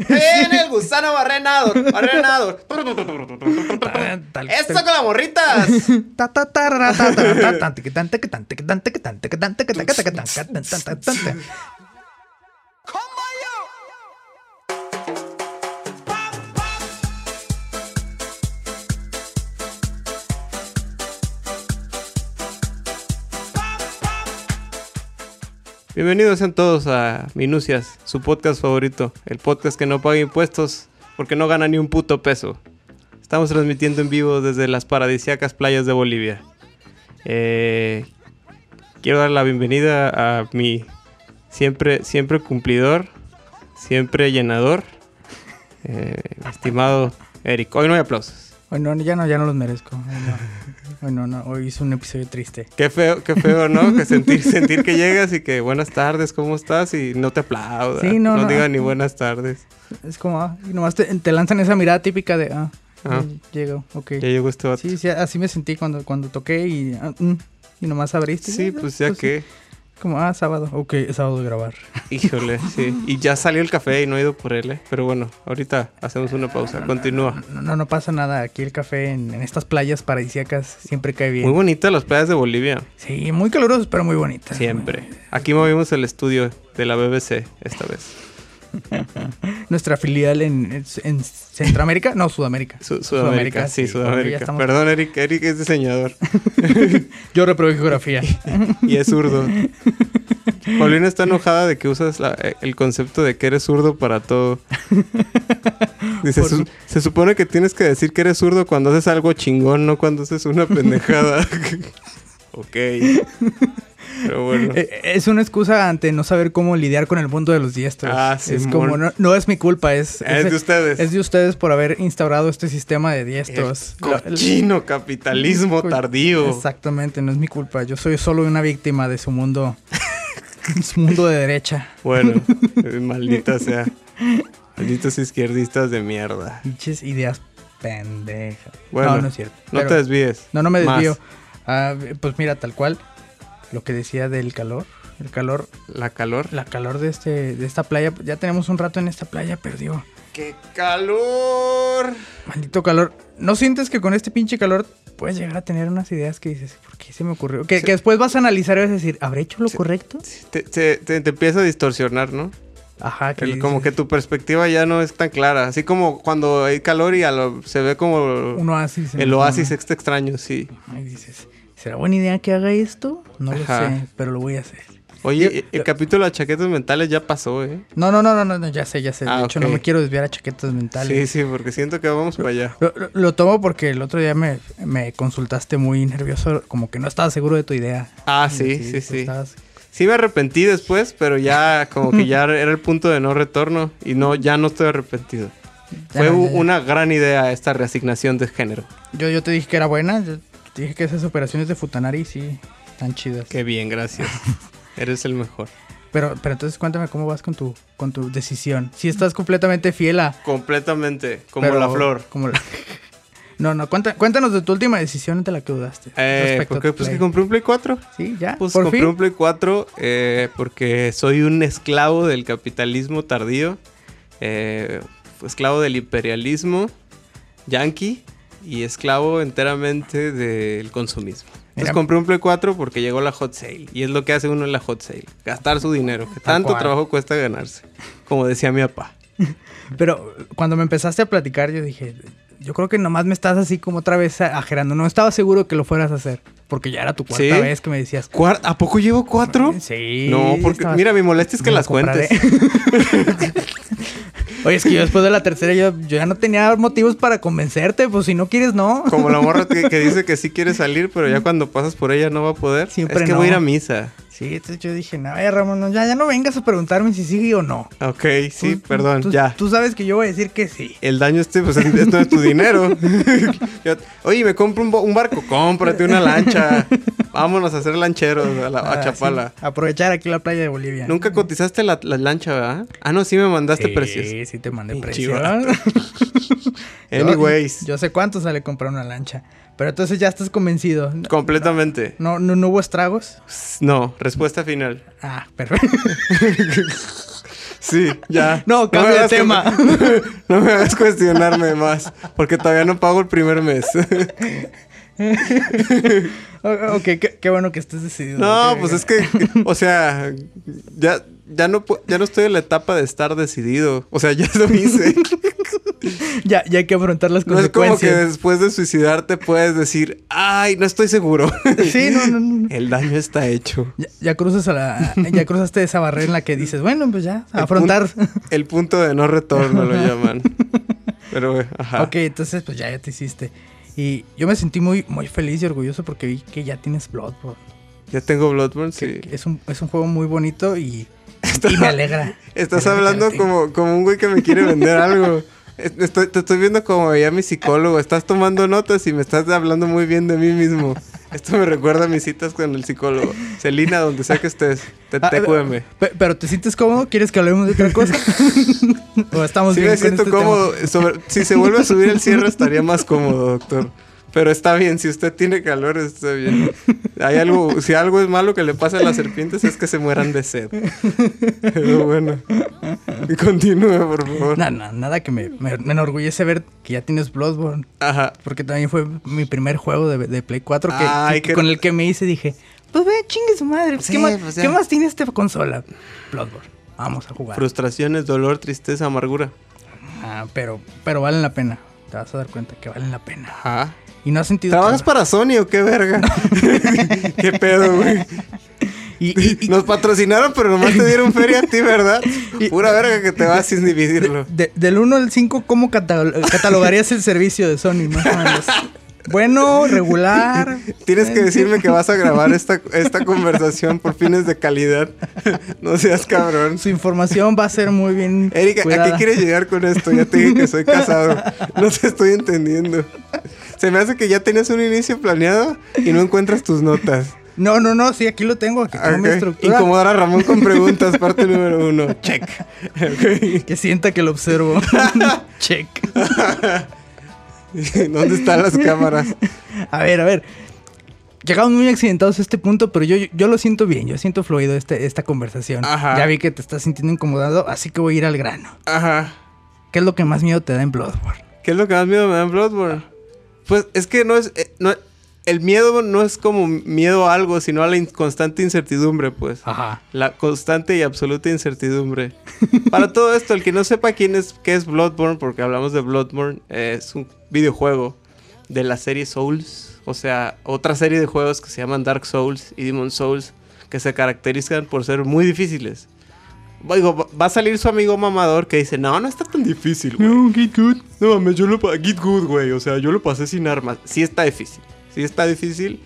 ¡Viene el gusano barrenado! ¡Eso con las morritas! Bienvenidos sean todos a Minucias, su podcast favorito. El podcast que no paga impuestos porque no gana ni un puto peso. Estamos transmitiendo en vivo desde las paradisíacas playas de Bolivia. Quiero dar la bienvenida a mi siempre cumplidor, siempre llenador, estimado Eric. Hoy no hay aplausos. Hoy no, ya no los merezco. Hoy no, hoy hice un episodio triste. Qué feo, ¿no? Que sentir que llegas y que buenas tardes, ¿cómo estás? Y no te aplaudan. Sí, no digan ni buenas tardes. Es como, y nomás te lanzan esa mirada típica de, llegó, ok. Ya llegó este vato. Sí, así me sentí cuando toqué y nomás abriste. Sí, pues ya que... Como, sábado. Ok, es sábado de grabar. Híjole, sí. Y ya salió el café y no he ido por él, ¿eh? Pero bueno, ahorita hacemos una pausa. Continúa. No pasa nada. Aquí el café en estas playas paradisíacas siempre cae bien. Muy bonitas las playas de Bolivia. Sí, muy calurosas, pero muy bonitas. Siempre. Aquí movimos el estudio de la BBC esta vez. Nuestra filial en Centroamérica, no, Sudamérica. Sudamérica. Perdón, Eric es diseñador. Yo reprobé geografía. Y es zurdo. Paulina está enojada de que usas el concepto de que eres zurdo para todo. Dice, se supone que tienes que decir que eres zurdo cuando haces algo chingón, no cuando haces una pendejada. Ok. Pero bueno. Es una excusa ante no saber cómo lidiar con el mundo de los diestros. Sí, es como, no es mi culpa, es de ustedes. Es de ustedes por haber instaurado este sistema de diestros. Cochino capitalismo tardío. Exactamente, no es mi culpa. Yo soy solo una víctima de su mundo. Su mundo de derecha. Bueno, maldita sea. Malditos izquierdistas de mierda. Pinches ideas pendejas. Bueno, no es cierto. No te desvíes. No me desvío. Pues mira, tal cual. Lo que decía del calor. El calor. ¿La calor? La calor de esta playa. Ya tenemos un rato en esta playa, pero digo... ¡Qué calor! Maldito calor. ¿No sientes que con este pinche calor puedes llegar a tener unas ideas que dices, ¿por qué se me ocurrió? Que después vas a analizar y vas a decir, ¿habré hecho lo correcto? Te empieza a distorsionar, ¿no? Ajá. Como que tu perspectiva ya no es tan clara. Así como cuando hay calor y se ve como... Un oasis. El oasis extraño, sí. Ahí dices... ¿Será buena idea que haga esto? No lo sé, pero lo voy a hacer. Oye, el capítulo de chaquetas mentales ya pasó, ¿eh? No, ya sé. De hecho, no me quiero desviar a chaquetas mentales. Sí, porque siento que vamos para allá. Lo tomo porque el otro día me consultaste muy nervioso, como que no estaba seguro de tu idea. Sí. Sí me arrepentí después, pero ya como que ya era el punto de no retorno y ya no estoy arrepentido. Fue una gran idea esta reasignación de género. Yo te dije que era buena. Te dije que esas operaciones de Futanari sí están chidas. Qué bien, gracias. Eres el mejor. Pero entonces cuéntame cómo vas con tu decisión. Si estás completamente fiel a... Completamente, la flor. No, cuéntanos de tu última decisión ante la que dudaste. Pues que compré un Play 4. Sí, ya, pues compré un Play 4 porque soy un esclavo del capitalismo tardío. Esclavo del imperialismo yankee. Y esclavo enteramente del consumismo. Entonces compré un Play 4 porque llegó la hot sale. Y es lo que hace uno en la hot sale. Gastar su dinero. Que tanto trabajo cuesta ganarse. Como decía mi papá. Pero cuando me empezaste a platicar yo dije... Yo creo que nomás me estás así como otra vez ajerando. No estaba seguro que lo fueras a hacer. Porque ya era tu cuarta vez que me decías... ¿A poco llevo 4? Sí. No, porque mira, mi molestia es que las cuentes. Oye, es que yo después de la tercera yo ya no tenía motivos para convencerte. Pues si no quieres, no. Como la morra que dice que sí quiere salir, pero ya cuando pasas por ella no va a poder. Siempre es que voy a ir a misa. Sí, entonces yo dije, no, Ramón, ya no vengas a preguntarme si sí o no. Ok, sí, perdón, ya. Tú sabes que yo voy a decir que sí. El daño pues esto es tu dinero. Oye, me compro un barco, cómprate una lancha. Vámonos a hacer lancheros a Chapala. Sí. Aprovechar aquí la playa de Bolivia. Nunca cotizaste la lancha, ¿verdad? No, sí me mandaste precios. Sí te mandé precios. Anyways. Yo sé cuánto sale comprar una lancha. Pero entonces ya estás convencido. Completamente. ¿No hubo estragos? No, respuesta final. Perfecto. Sí, ya. No, cambia de tema. No me hagas cuestionarme más, porque todavía no pago el primer mes. Ok, qué bueno que estés decidido. No, pues es que, o sea, ya no estoy en la etapa de estar decidido. O sea, ya lo hice. Ya hay que afrontar las No es consecuencias. como que después de suicidarte puedes decir, ay, no estoy seguro. Sí, no. El daño está hecho. Ya cruzaste esa barrera en la que dices, bueno, pues ya, a afrontar. El punto de no retorno lo llaman. Pero, ajá. Ok, entonces pues ya te hiciste. Y yo me sentí muy, muy feliz y orgulloso porque vi que ya tienes Bloodborne. Ya tengo Bloodborne, sí. Que es un juego muy bonito y me alegra. Estás hablando como un güey que me quiere vender algo. Te estoy viendo como veía mi psicólogo. Estás tomando notas y me estás hablando muy bien de mí mismo. Esto me recuerda a mis citas con el psicólogo. Celina, donde sea que estés, TQM. ¿Pero te sientes cómodo? ¿Quieres que hablemos de otra cosa? ¿O estamos Sí, bien me siento cómodo. Si se vuelve a subir el cierre, estaría más cómodo, doctor. Pero está bien, si usted tiene calor, está bien. Si algo es malo que le pasa a las serpientes es que se mueran de sed. Pero bueno. Continúe, por favor. Nada que me enorgullece ver que ya tienes Bloodborne. Ajá. Porque también fue mi primer juego de Play 4 con el que me hice. Dije, pues ve, chingue su madre. Sí, ¿Qué más tiene esta consola? Bloodborne. Vamos a jugar. Frustraciones, dolor, tristeza, amargura. Pero valen la pena. Te vas a dar cuenta que valen la pena. Ajá. Y no has sentido... ¿Trabajas para Sony o qué verga? ¿Qué pedo, güey? Nos patrocinaron, pero nomás te dieron feria a ti, ¿verdad? Pura verga que te vas sin dividirlo. Del 1 al 5, ¿cómo catalogarías el servicio de Sony? Más o menos. Bueno, regular. Tienes que decirme que vas a grabar esta conversación por fines de calidad. No seas cabrón. Su información va a ser muy bien Erika, cuidada. ¿a qué quieres llegar con esto? Ya te dije que soy casado. No te estoy entendiendo. Se me hace que ya tenías un inicio planeado y no encuentras tus notas. No, sí, aquí lo tengo. Aquí tengo mi estructura. Incomodar a Ramón con preguntas, parte número 1. Check. Okay. Que sienta que lo observo. Check. ¿Dónde están las cámaras? A ver. Llegamos muy accidentados a este punto, pero yo lo siento bien. Yo siento fluido esta conversación. Ajá. Ya vi que te estás sintiendo incomodado, así que voy a ir al grano. Ajá. ¿Qué es lo que más miedo te da en Bloodborne? ¿Qué es lo que más miedo me da en Bloodborne? Pues es que el miedo no es como miedo a algo, sino a la constante incertidumbre, pues. Ajá. La constante y absoluta incertidumbre. Para todo esto, el que no sepa qué es Bloodborne, porque hablamos de Bloodborne, es un videojuego de la serie Souls. O sea, otra serie de juegos que se llaman Dark Souls y Demon Souls, que se caracterizan por ser muy difíciles. Digo, va a salir su amigo mamador que dice, no está tan difícil, güey. No, Get Good. No mames, Get Good, güey. O sea, yo lo pasé sin armas. Sí está difícil,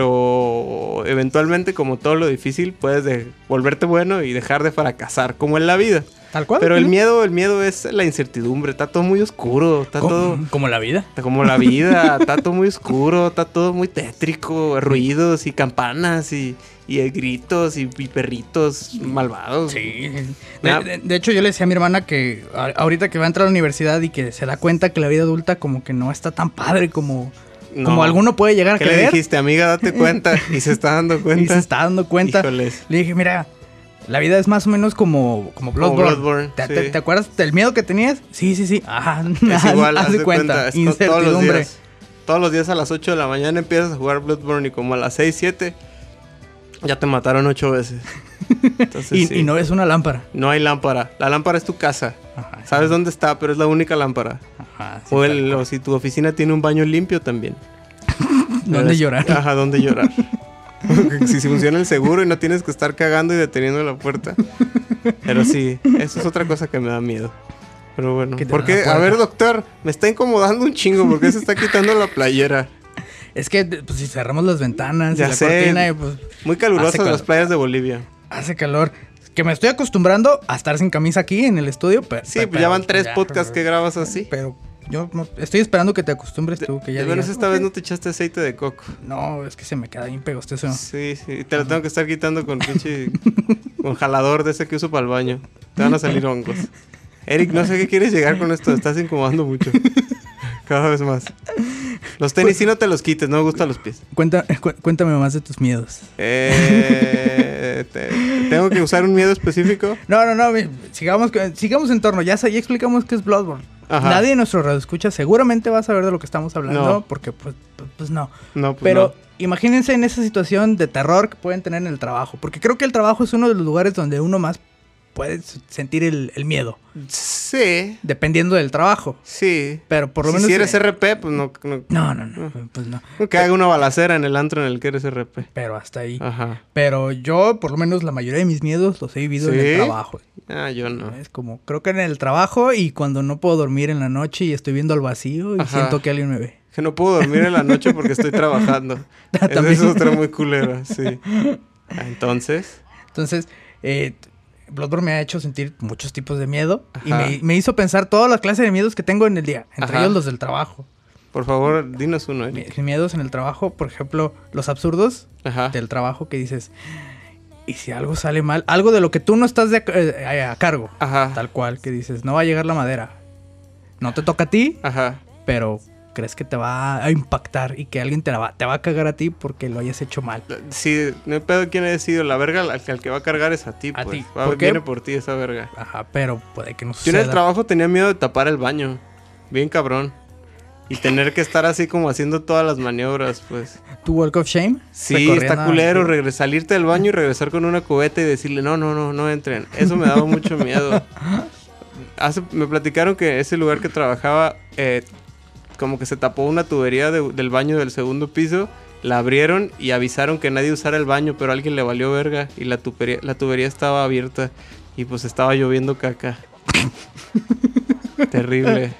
pero eventualmente, como todo lo difícil, puedes volverte bueno y dejar de fracasar, como en la vida. Tal cual. Pero el miedo es la incertidumbre. Está todo muy oscuro. Está todo... ¿Como la vida? Como la vida. Está todo muy oscuro. Está todo muy tétrico. Ruidos y campanas y gritos y perritos malvados. Sí. De hecho, yo le decía a mi hermana que ahorita que va a entrar a la universidad y que se da cuenta que la vida adulta como que no está tan padre como alguno puede llegar a creer. ¿Qué le dijiste? Amiga, date cuenta. Y se está dando cuenta. Híjoles. Le dije, mira, la vida es más o menos como Bloodborne. ¿Te acuerdas del miedo que tenías? Sí. Ajá. Es igual, haz de cuenta. Incertidumbre. Todos los días a las 8 de la mañana empiezas a jugar Bloodborne y como a las 6, 7... ya te mataron 8 veces. Entonces, y no es una lámpara. No hay lámpara. La lámpara es tu casa. Ajá, sabes dónde está, pero es la única lámpara. Ajá, sí, o si tu oficina tiene un baño limpio también. ¿Dónde llorar? Ajá, ¿dónde llorar? Si funciona el seguro y no tienes que estar cagando y deteniendo la puerta. Pero sí, eso es otra cosa que me da miedo. Pero bueno. ¿Por qué? A ver, doctor, me está incomodando un chingo. ¿Por qué se está quitando la playera? Es que pues, si cerramos las ventanas ya y la cortina... Pues, muy calurosas las playas de Bolivia. Hace calor. Que me estoy acostumbrando a estar sin camisa aquí en el estudio. Sí, pues ya van 3 podcasts que grabas así. Pero yo estoy esperando que te acostumbres tú. Que ya de menos esta vez no te echaste aceite de coco. No, es que se me queda bien pegostoso. Sí. Te lo tengo que estar quitando con pinche... con jalador de ese que uso para el baño. Te van a salir hongos. Eric, no sé qué quieres llegar con esto. Estás incomodando mucho. Cada vez más. Los tenis sí no te los quites, no me gustan los pies. Cuéntame más de tus miedos. ¿Tengo que usar un miedo específico? No. Sigamos en torno. Ya explicamos qué es Bloodborne. Ajá. Nadie de nuestro radio escucha seguramente va a saber de lo que estamos hablando. Porque pues no. Pero imagínense en esa situación de terror que pueden tener en el trabajo. Porque creo que el trabajo es uno de los lugares donde uno más puede sentir el miedo. Sí. Dependiendo del trabajo. Sí. Pero por lo menos... Si eres RP, pues no. No. Pues no. Que haga una balacera en el antro en el que eres RP. Pero hasta ahí. Ajá. Pero yo, por lo menos, la mayoría de mis miedos los he vivido en el trabajo. Yo no. Es como, creo que en el trabajo y cuando no puedo dormir en la noche y estoy viendo al vacío y siento que alguien me ve. Que no puedo dormir en la noche porque estoy trabajando. Esa es otra muy culera, sí. Entonces, Bloodborne me ha hecho sentir muchos tipos de miedo. Ajá. Y me hizo pensar todas las clases de miedos que tengo en el día. Entre ellos los del trabajo. Por favor, dinos uno, Eric. Mis miedos en el trabajo, por ejemplo, los absurdos del trabajo que dices... Y si algo sale mal, algo de lo que tú no estás a cargo. Ajá. Tal cual, que dices, no va a llegar la madera. No te toca a ti, pero crees que te va a impactar y que alguien te va a cagar a ti porque lo hayas hecho mal. Sí, no hay pedo quién haya sido. La verga al que va a cargar es a ti, pues. A ti. Viene por ti esa verga. Ajá, pero puede que no suceda. Yo en el trabajo tenía miedo de tapar el baño. Bien cabrón. Y tener que estar así como haciendo todas las maniobras, pues. ¿Tu walk of shame? Sí, está culero. Salirte del baño y regresar con una cubeta y decirle, no entren. Eso me daba mucho miedo. Me platicaron que ese lugar que trabajaba, como que se tapó una tubería del baño del segundo piso. La abrieron y avisaron que nadie usara el baño, pero a alguien le valió verga. Y la tubería estaba abierta y pues estaba lloviendo caca. Terrible.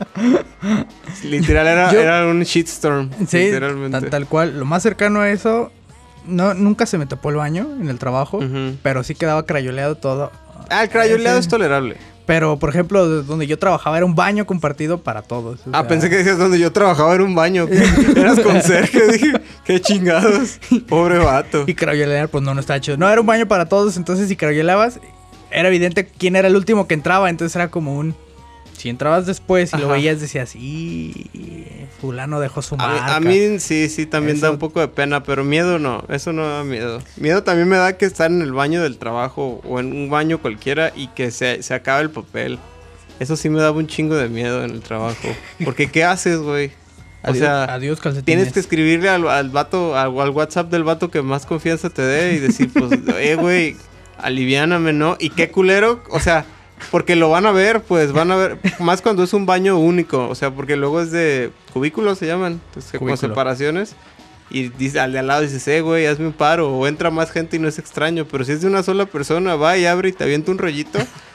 Literal era un shitstorm. Sí, literalmente. Tal cual. Lo más cercano a eso, nunca se me tapó el baño en el trabajo, pero sí quedaba crayoleado todo. El crayoleado es tolerable. Pero, por ejemplo, donde yo trabajaba era un baño compartido para todos. Pensé que decías donde yo trabajaba era un baño. Eras conserje. Dije, qué chingados. Pobre vato. Y crayolear, pues no estaba chido. No, era un baño para todos, entonces si crayoleabas, era evidente quién era el último que entraba. Entonces era como un... Si entrabas después y lo veías, decías, fulano dejó su marca. A mí sí, también da un poco de pena, pero miedo no, eso no da miedo. Miedo también me da que estar en el baño del trabajo o en un baño cualquiera y que se acabe el papel. Eso sí me daba un chingo de miedo en el trabajo. Porque ¿qué haces, güey? O sea, adiós, calcetines. Tienes que escribirle al vato, al WhatsApp del vato que más confianza te dé y decir, pues, güey, aliviáname, ¿no? Y qué culero, o sea... Porque lo van a ver, más cuando es un baño único, o sea, porque luego es de cubículos, se llaman, entonces, con separaciones, y dice, al de al lado dices, güey, hazme un paro, o entra más gente y no es extraño, pero si es de una sola persona, va y abre y te avienta un rollito,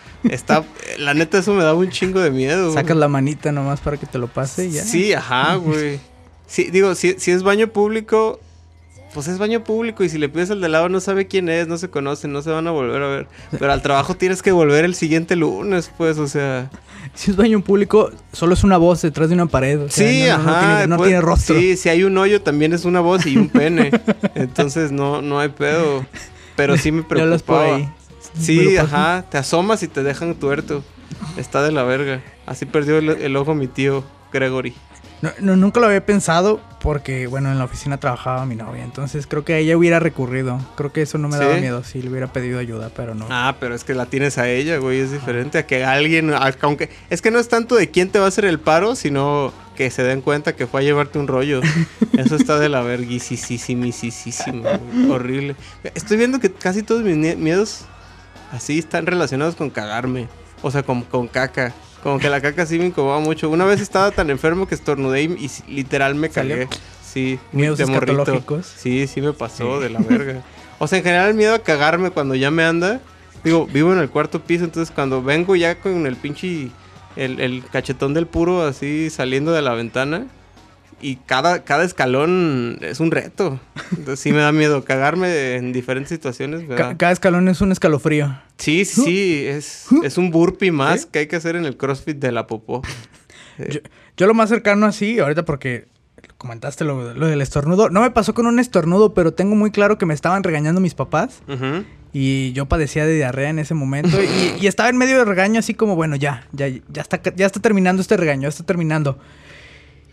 la neta eso me daba un chingo de miedo. Sacas la manita nomás para que te lo pase y ya. Sí, güey. Sí, digo, si es baño público... Pues es baño público y si le pides al de lado no sabe quién es, no se conocen, no se van a volver a ver. Pero al trabajo tienes que volver el siguiente lunes, pues, o sea... Si es baño público, solo es una voz detrás de una pared. O sea, sí, no tiene rostro. Sí, si hay un hoyo también es una voz y un pene. Entonces no hay pedo. Pero sí me preocupaba. Sí, te asomas y te dejan tuerto. Está de la verga. Así perdió el ojo mi tío Gregory. Nunca lo había pensado porque, bueno, en la oficina trabajaba mi novia. Entonces creo que a ella hubiera recurrido. Creo que eso no me daba miedo si le hubiera pedido ayuda, pero no. Pero es que la tienes a ella, güey. Es diferente a que alguien... Aunque es que no es tanto de quién te va a hacer el paro, sino que se den cuenta que fue a llevarte un rollo. Eso está de la verguisísimo. Horrible. Estoy viendo que casi todos mis miedos así están relacionados con cagarme. O sea, con caca. Como que la caca sí me incomoda mucho. Una vez estaba tan enfermo que estornudé y literal me cagué. Sí, miedos escatológicos. Sí me pasó de la verga. O sea, en general el miedo a cagarme cuando ya me anda. Digo, vivo en el cuarto piso, entonces cuando vengo ya con el pinche... El cachetón del puro así saliendo de la ventana. Y cada escalón es un reto. Entonces sí me da miedo cagarme en diferentes situaciones. Cada escalón es un escalofrío. Sí. Es un burpee más que hay que hacer en el CrossFit de la popó. Yo lo más cercano así, ahorita porque comentaste lo del estornudo. No me pasó con un estornudo, pero tengo muy claro que me estaban regañando mis papás. Uh-huh. Y yo padecía de diarrea en ese momento. y estaba en medio de regaño así como, bueno, ya está terminando este regaño, ya está terminando.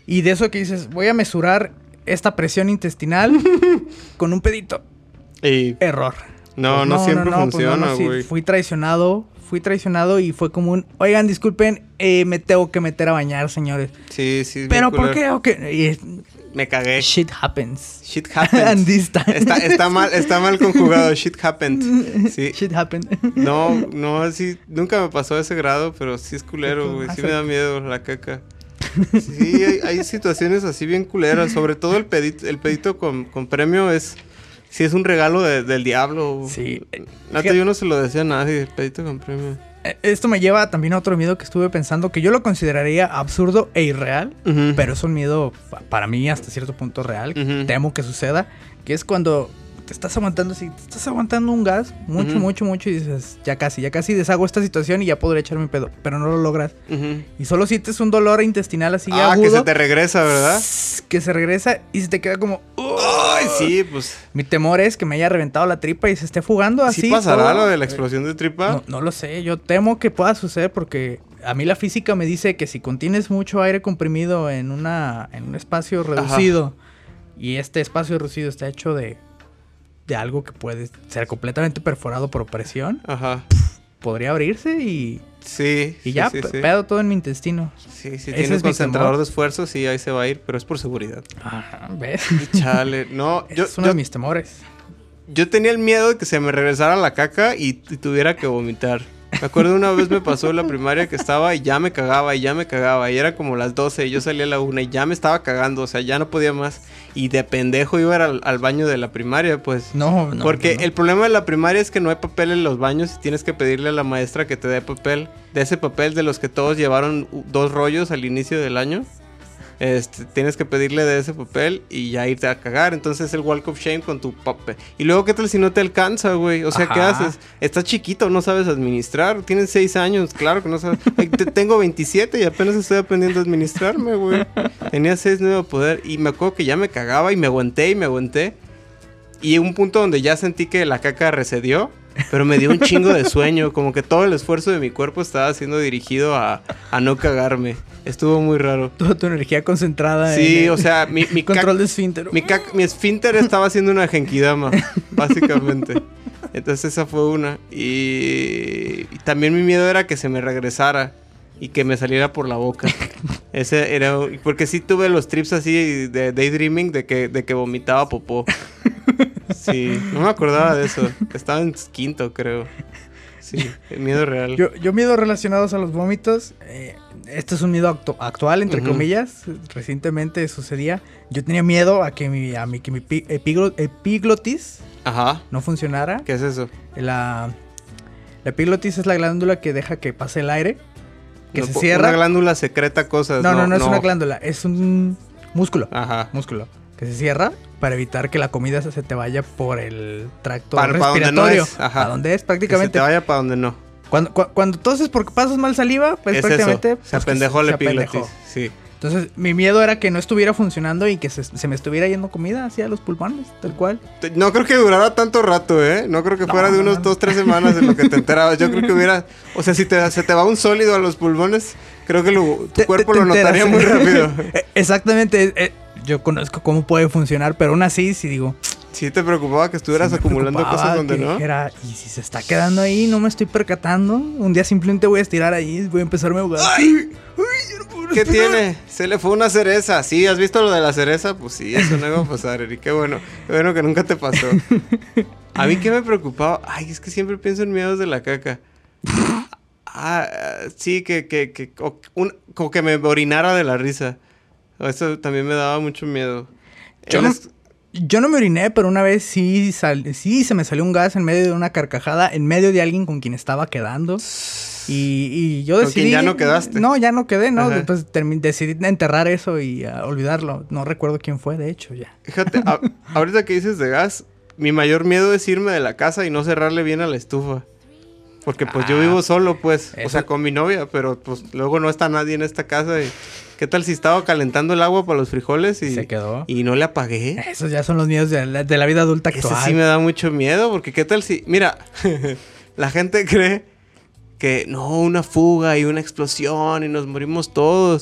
Y de eso que dices, voy a mesurar esta presión intestinal con un pedito. Error. No, no siempre funciona, güey. Sí, fui traicionado y fue como un... Oigan, disculpen, me tengo que meter a bañar, señores. Sí. ¿Pero por qué? Okay. Me cagué. Shit happens. And this time. Está mal conjugado. Shit happened. Sí. Shit happened. No, sí. Nunca me pasó a ese grado, pero sí es culero, güey. Sí me da miedo la caca. Sí, hay situaciones así bien culeras. Sobre todo el pedito con premio es... Sí, es un regalo del diablo. Sí. Yo no se lo decía a nadie, el pedito con premio. Esto me lleva también a otro miedo que estuve pensando, que yo lo consideraría absurdo e irreal, pero es un miedo para mí hasta cierto punto real. Temo que suceda, que es cuando te estás aguantando un gas mucho y dices, ya casi deshago esta situación y ya podré echarme un pedo, pero no lo logras. Y solo sientes un dolor intestinal así agudo. Que se te regresa, ¿verdad? Que se regresa y se te queda como... Ay, sí, pues... Mi temor es que me haya reventado la tripa y se esté fugando así. ¿Sí pasará lo de la explosión de tripa? No lo sé, yo temo que pueda suceder porque a mí la física me dice que si contienes mucho aire comprimido en un espacio reducido y este espacio reducido está hecho de algo que puede ser completamente perforado por presión, podría abrirse y... Sí. Y ya, pedo todo en mi intestino. Sí, tienes concentrador de esfuerzo, sí, ahí se va a ir, pero es por seguridad. Ajá, ¿ves? Chale, no. Es uno de mis temores. Yo tenía el miedo de que se me regresara la caca y tuviera que vomitar. Me acuerdo una vez me pasó en la primaria que estaba y ya me cagaba. Y era como las 12 y yo salía a la 1 y ya me estaba cagando. O sea, ya no podía más. Y de pendejo iba al baño de la primaria, pues. No. Porque el problema de la primaria es que no hay papel en los baños y tienes que pedirle a la maestra que te dé papel. De ese papel de los que todos llevaron 2 rollos al inicio del año. Tienes que pedirle de ese papel y ya irte a cagar. Entonces el walk of shame con tu papel. Y luego, ¿qué tal si no te alcanza, güey? O sea, ¿qué haces? Estás chiquito, no sabes administrar. Tienes 6 años, claro que no sabes. Tengo 27 y apenas estoy aprendiendo a administrarme, güey. Tenía 6, no iba a poder. Y me acuerdo que ya me cagaba y me aguanté. Y un punto donde ya sentí que la caca recedió. Pero me dio un chingo de sueño. Como que todo el esfuerzo de mi cuerpo estaba siendo dirigido a no cagarme. Estuvo muy raro. Toda tu energía concentrada en o sea, mi control de esfínter. Mi esfínter estaba haciendo una genkidama, básicamente. Entonces esa fue una. Y también mi miedo era que se me regresara y que me saliera por la boca. Ese era... Porque sí tuve los trips así de daydreaming de que vomitaba popó. Sí, no me acordaba de eso. Estaba en quinto, creo. Sí, el miedo real. Yo miedos relacionados a los vómitos... Este es un miedo actual, entre comillas. Recientemente sucedía. Yo tenía miedo a que mi epiglotis no funcionara. ¿Qué es eso? La epiglotis es la glándula que deja que pase el aire. Que se cierra. Una glándula secreta cosas. No es una glándula. Es un músculo. Músculo. Que se cierra para evitar que la comida se te vaya por el tracto respiratorio. ¿Para dónde es? Prácticamente. Que se te vaya para donde no. Cuando toses porque pasas mal saliva, pues es prácticamente... Eso. Se apendejó el epiglotis. Sí. Entonces, mi miedo era que no estuviera funcionando y que se me estuviera yendo comida hacia los pulmones, tal cual. No creo que durara tanto rato, ¿eh? No creo que fuera de unos 2-3 semanas en lo que te enterabas. Yo creo que hubiera... O sea, si se te va un sólido a los pulmones, creo que tu cuerpo lo notaría muy rápido. Exactamente. Yo conozco cómo puede funcionar, pero aún así, sí digo... ¿Sí te preocupaba que estuvieras acumulando cosas donde no? Y si se está quedando ahí, no me estoy percatando. Un día simplemente voy a estirar ahí, voy a empezarme a jugar. ¡Ay! ¿Qué tiene? Se le fue una cereza. ¿Sí? ¿Has visto lo de la cereza? Pues sí, eso no iba a pasar, Eric. Qué bueno que nunca te pasó. A mí, ¿qué me preocupaba? Ay, es que siempre pienso en miedos de la caca. Sí, como que me orinara de la risa. Eso también me daba mucho miedo. Yo no me oriné, pero una vez sí se me salió un gas en medio de una carcajada, en medio de alguien con quien estaba quedando. Y yo decidí... ¿Con quien ya no quedaste? No, ya no quedé, ¿no? Después decidí enterrar eso y olvidarlo. No recuerdo quién fue, de hecho, ya. Fíjate, ahorita que dices de gas, mi mayor miedo es irme de la casa y no cerrarle bien a la estufa. Porque pues yo vivo solo, pues. Eso. O sea, con mi novia, pero pues luego no está nadie en esta casa y... ¿Qué tal si estaba calentando el agua para los frijoles y se quedó y no le apagué? Esos ya son los miedos de la vida adulta actual. Ese sí me da mucho miedo, porque ¿qué tal si...? Mira, la gente cree que no, una fuga y una explosión y nos morimos todos.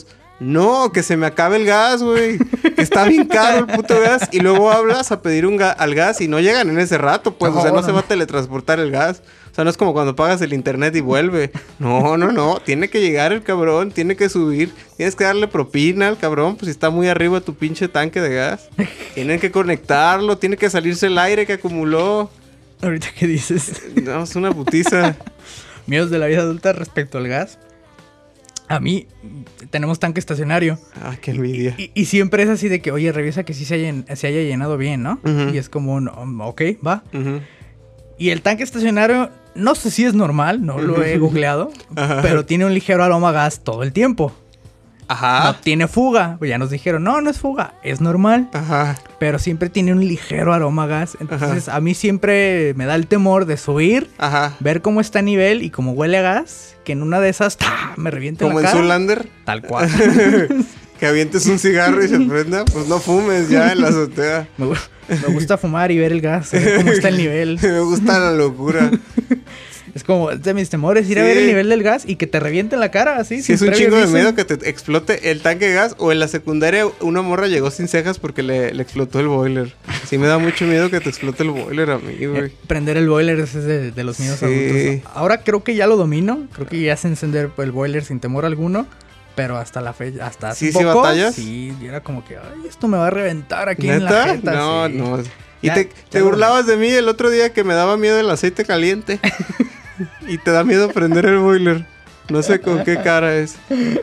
No, que se me acabe el gas, güey. Que está bien caro el puto gas. Y luego hablas a pedir al gas y no llegan en ese rato, pues. O sea, no se va a teletransportar el gas. O sea, no es como cuando pagas el internet y vuelve. No. Tiene que llegar el cabrón, tiene que subir. Tienes que darle propina al cabrón, pues si está muy arriba tu pinche tanque de gas. Tienen que conectarlo, tiene que salirse el aire que acumuló. Ahorita que dices. No, es una putiza. Miedos de la vida adulta respecto al gas. A mí, tenemos tanque estacionario. Ah, qué envidia. Y siempre es así de que, oye, revisa que sí se haya llenado bien, ¿no? Y es como, no, ok, va. Y el tanque estacionario, no sé si es normal, no lo he googleado, pero tiene un ligero aroma a gas todo el tiempo. Ajá. No tiene fuga. Pues ya nos dijeron, no es fuga, es normal. Ajá. Pero siempre tiene un ligero aroma a gas. Entonces, a mí siempre me da el temor de subir, ver cómo está a nivel y cómo huele a gas, que en una de esas me reviente la cara. ¿Como en Zoolander? Tal cual. Que avientes un cigarro y se prenda. Pues no fumes ya en la azotea. Me gusta fumar y ver el gas, ver cómo está el nivel. Me gusta la locura. Es como de mis temores ir a ver el nivel del gas y que te reviente en la cara, así. Sí, es un chingo de miedo que te explote el tanque de gas. O en la secundaria una morra llegó sin cejas porque le explotó el boiler. Sí me da mucho miedo que te explote el boiler a mí, güey. Prender el boiler es de los miedos adultos. Ahora creo que ya lo domino. Creo que ya sé encender el boiler sin temor alguno. Pero hasta la fecha, hasta hace poco, batallas? Sí, era como que, ay, esto me va a reventar aquí en la jeta. No. Y te burlabas de mí el otro día que me daba miedo el aceite caliente. Y te da miedo prender el boiler. No sé con qué cara es.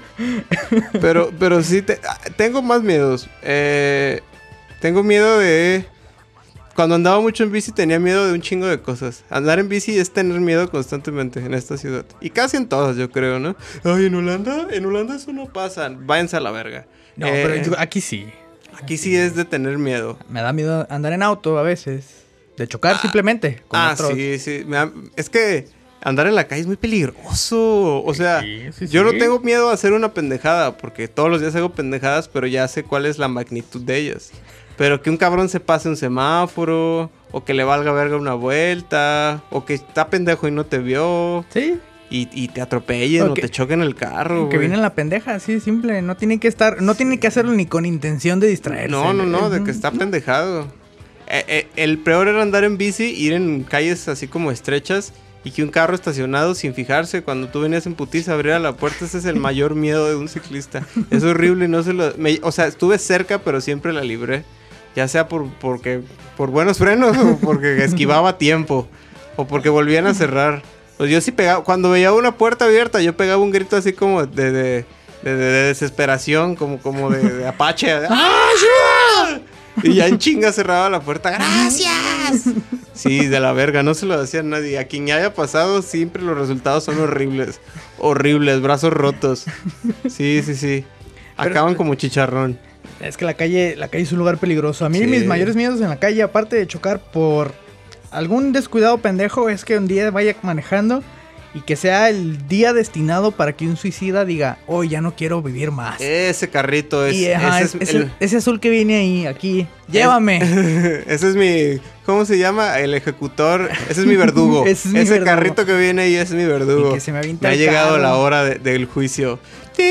Pero sí, tengo más miedos. Tengo miedo de... Cuando andaba mucho en bici tenía miedo de un chingo de cosas. Andar en bici es tener miedo constantemente en esta ciudad. Y casi en todas, yo creo, ¿no? Ay, en Holanda eso no pasa. Váyanse a la verga. No, pero aquí sí. Aquí sí es de tener miedo. Me da miedo andar en auto a veces. De chocar simplemente. Sí. Es que andar en la calle es muy peligroso. O sea, yo no tengo miedo a hacer una pendejada. Porque todos los días hago pendejadas, pero ya sé cuál es la magnitud de ellas. Pero que un cabrón se pase un semáforo, o que le valga verga una vuelta, o que está pendejo y no te vio. Sí. Y te atropellen o te choquen el carro. Que viene la pendeja, así simple. No tiene que hacerlo ni con intención de distraerse. No, de que está pendejado. El peor era andar en bici, ir en calles así como estrechas y que un carro estacionado sin fijarse cuando tú venías en putiza abriera la puerta. Ese es el mayor miedo de un ciclista. Es horrible y no se lo... o sea, estuve cerca, pero siempre la libré. Ya sea por buenos frenos o porque esquivaba tiempo o porque volvían a cerrar. Pues yo sí pegaba, cuando veía una puerta abierta, yo pegaba un grito así como de desesperación, como de apache. ¡Ah! Y ya en chinga cerraba la puerta. ¡Gracias! Sí, de la verga, no se lo decía a nadie. A quien haya pasado, siempre los resultados son horribles. Horribles, brazos rotos. Sí. Acaban como chicharrón. Es que la calle es un lugar peligroso. A mí mis mayores miedos en la calle, aparte de chocar por algún descuidado pendejo, es que un día vaya manejando y que sea el día destinado para que un suicida diga, hoy ya no quiero vivir más. Ese carrito es... ese azul que viene ahí, aquí, llévame. Ese es mi... ¿Cómo se llama? El ejecutor. Ese es mi verdugo. Ese carrito que viene ahí es mi verdugo. Y que se me avienta ha llegado la hora del juicio.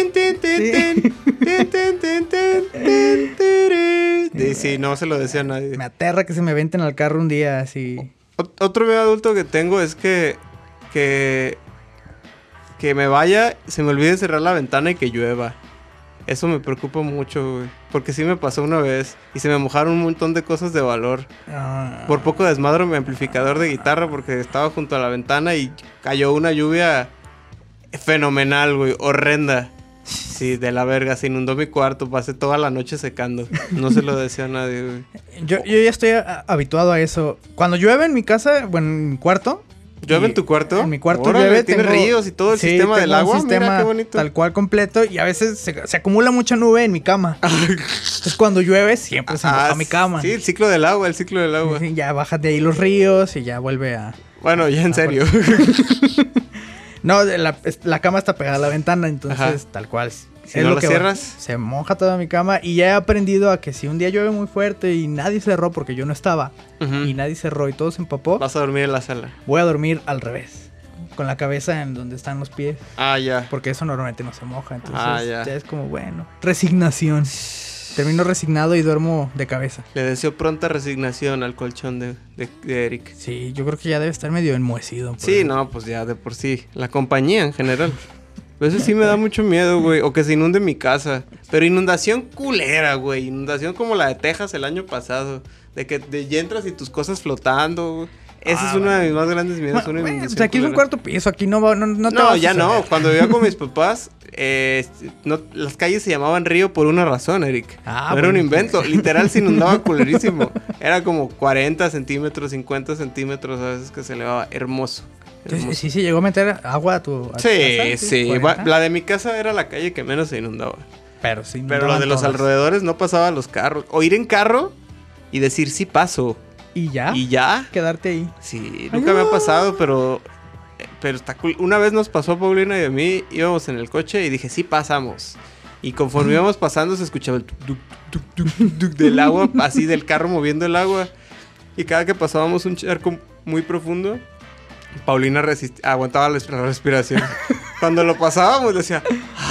Sí, no se lo decía a nadie. Me aterra que se me venten al carro un día así. Otro miedo adulto que tengo es que me vaya, se me olvide cerrar la ventana y que llueva. Eso me preocupa mucho, güey. Porque sí me pasó una vez y se me mojaron un montón de cosas de valor. Por poco desmadro mi amplificador de guitarra porque estaba junto a la ventana y cayó una lluvia fenomenal, güey. Horrenda. Sí, de la verga. Se inundó mi cuarto. Pasé toda la noche secando. No se lo decía a nadie, güey. Yo ya estoy habituado a eso. Cuando llueve en mi casa, bueno, en mi cuarto... ¿Llueve en tu cuarto? En mi cuarto llueve. Tiene ríos y todo el sistema del agua. Mira qué bonito. Tal cual completo. Y a veces se acumula mucha nube en mi cama. Entonces cuando llueve siempre se moja mi cama. Sí, el ciclo del agua. Sí, ya bajas de ahí los ríos y ya vuelve a... Bueno, ya en serio. No, la cama está pegada a la ventana, entonces tal cual. Si no la cierras, se moja toda mi cama. Y ya he aprendido a que si un día llueve muy fuerte y nadie cerró porque yo no estaba, y nadie cerró y todo se empapó, vas a dormir en la sala. Voy a dormir al revés. con la cabeza en donde están los pies. Ah, ya. Porque eso normalmente no se moja, entonces ya es como, bueno, resignación. Termino resignado y duermo de cabeza. Le deseo pronta resignación al colchón de Eric. Sí, yo creo que ya debe estar medio enmohecido. Sí, no, pues ya de por sí. La compañía en general. A veces sí me da mucho miedo, güey. O que se inunde mi casa. Pero inundación culera, güey. Inundación como la de Texas el año pasado. De que ya entras y tus cosas flotando, güey. Ese es uno de mis más grandes miedos. Bueno, pues aquí es un cuarto piso, aquí no te No, ya no. Cuando vivía con mis papás, las calles se llamaban río por una razón, Eric. No era un invento. Literal se inundaba culerísimo. Era como 40 centímetros, 50 centímetros a veces que se elevaba. Hermoso. Sí, llegó a meter agua a tu casa. Sí. La de mi casa era la calle que menos se inundaba. Pero sí. Pero la de los alrededores no pasaban los carros. O ir en carro y decir, sí paso. ¿Y ya? ¿Y ya? Quedarte ahí. Sí, nunca me ha pasado, pero está cool. Una vez nos pasó a Paulina y a mí, íbamos en el coche y dije, sí pasamos. Y conforme íbamos pasando se escuchaba el tuk, tuk, tuk, tuk, tuk del agua, así del carro moviendo el agua. Y cada que pasábamos un charco muy profundo, Paulina aguantaba la respiración. Cuando lo pasábamos decía,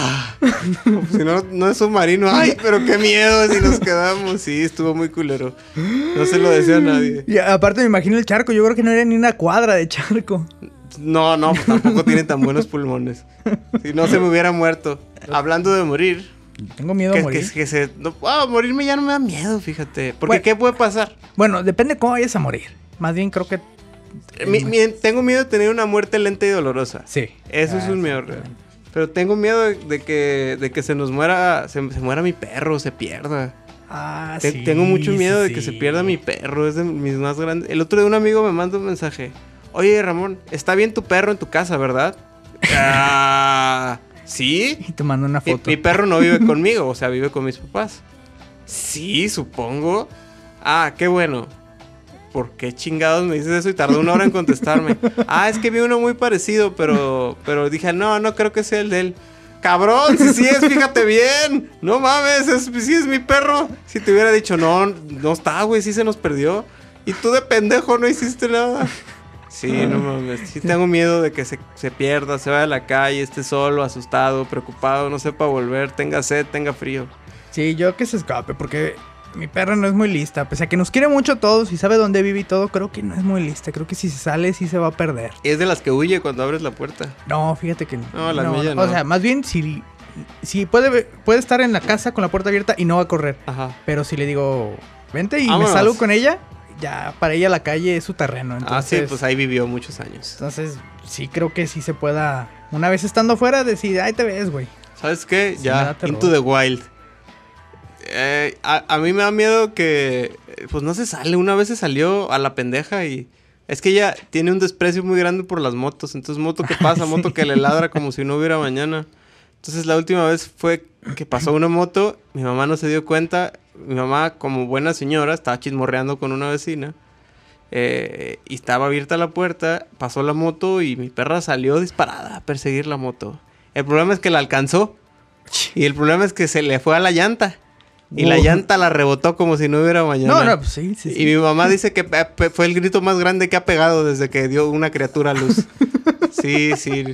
si no es submarino, ay, pero qué miedo si nos quedamos. Sí, estuvo muy culero. No se lo decía a nadie. Y aparte me imagino el charco, yo creo que no era ni una cuadra de charco. No, pues tampoco tiene tan buenos pulmones. Si no se me hubiera muerto. Hablando de morir. Tengo miedo a morir. Morirme ya no me da miedo, fíjate. Porque ¿qué puede pasar? Bueno, depende cómo vayas a morir. Más bien creo que... tengo miedo de tener una muerte lenta y dolorosa. Sí. Eso es un miedo real. Pero tengo miedo de que se nos muera, se muera mi perro, se pierda. Tengo mucho miedo de que se pierda mi perro, es de mis más grandes. El otro día un amigo me manda un mensaje. Oye, Ramón, está bien tu perro en tu casa, ¿verdad? ¿Sí? Y te mando una foto. Mi perro no vive conmigo, o sea, vive con mis papás. Sí, supongo. Qué bueno. ¿Por qué chingados me dices eso? Y tardó 1 hora en contestarme. Es que vi uno muy parecido, pero dije, no creo que sea el de él. Cabrón, si sí es, fíjate bien. No mames, sí es mi perro. Si te hubiera dicho, no está, güey, sí se nos perdió. Y tú de pendejo no hiciste nada. Sí, no mames. Sí tengo miedo de que se pierda, se vaya a la calle, esté solo, asustado, preocupado, no sepa volver, tenga sed, tenga frío. Sí, yo que se escape, porque... Mi perra no es muy lista, pese a que nos quiere mucho a todos y sabe dónde vive y todo, creo que no es muy lista. Creo que si se sale, sí se va a perder. ¿Es de las que huye cuando abres la puerta? No, fíjate que no. No, la mía no. O sea, más bien si puede estar en la casa con la puerta abierta y no va a correr. Ajá. Pero si le digo, vente y me salgo con ella, ya para ella la calle es su terreno. Entonces, sí, pues ahí vivió muchos años. Entonces, sí creo que sí se pueda, una vez estando afuera, decir, ahí te ves, güey. ¿Sabes qué? Ya, Into the Wild. A mí me da miedo que pues no se sale. Una vez se salió a la pendeja y es que ella tiene un desprecio muy grande por las motos. Entonces moto que pasa, moto que le ladra como si no hubiera mañana. Entonces la última vez fue que pasó una moto, mi mamá no se dio cuenta. Mi mamá, como buena señora, estaba chismorreando con una vecina y estaba abierta la puerta. Pasó la moto y mi perra salió disparada a perseguir la moto. El problema es que la alcanzó y el problema es que se le fue a la llanta. Y la llanta la rebotó como si no hubiera mañana. No, pues sí. Y mi mamá dice que fue el grito más grande que ha pegado desde que dio una criatura a luz. Sí.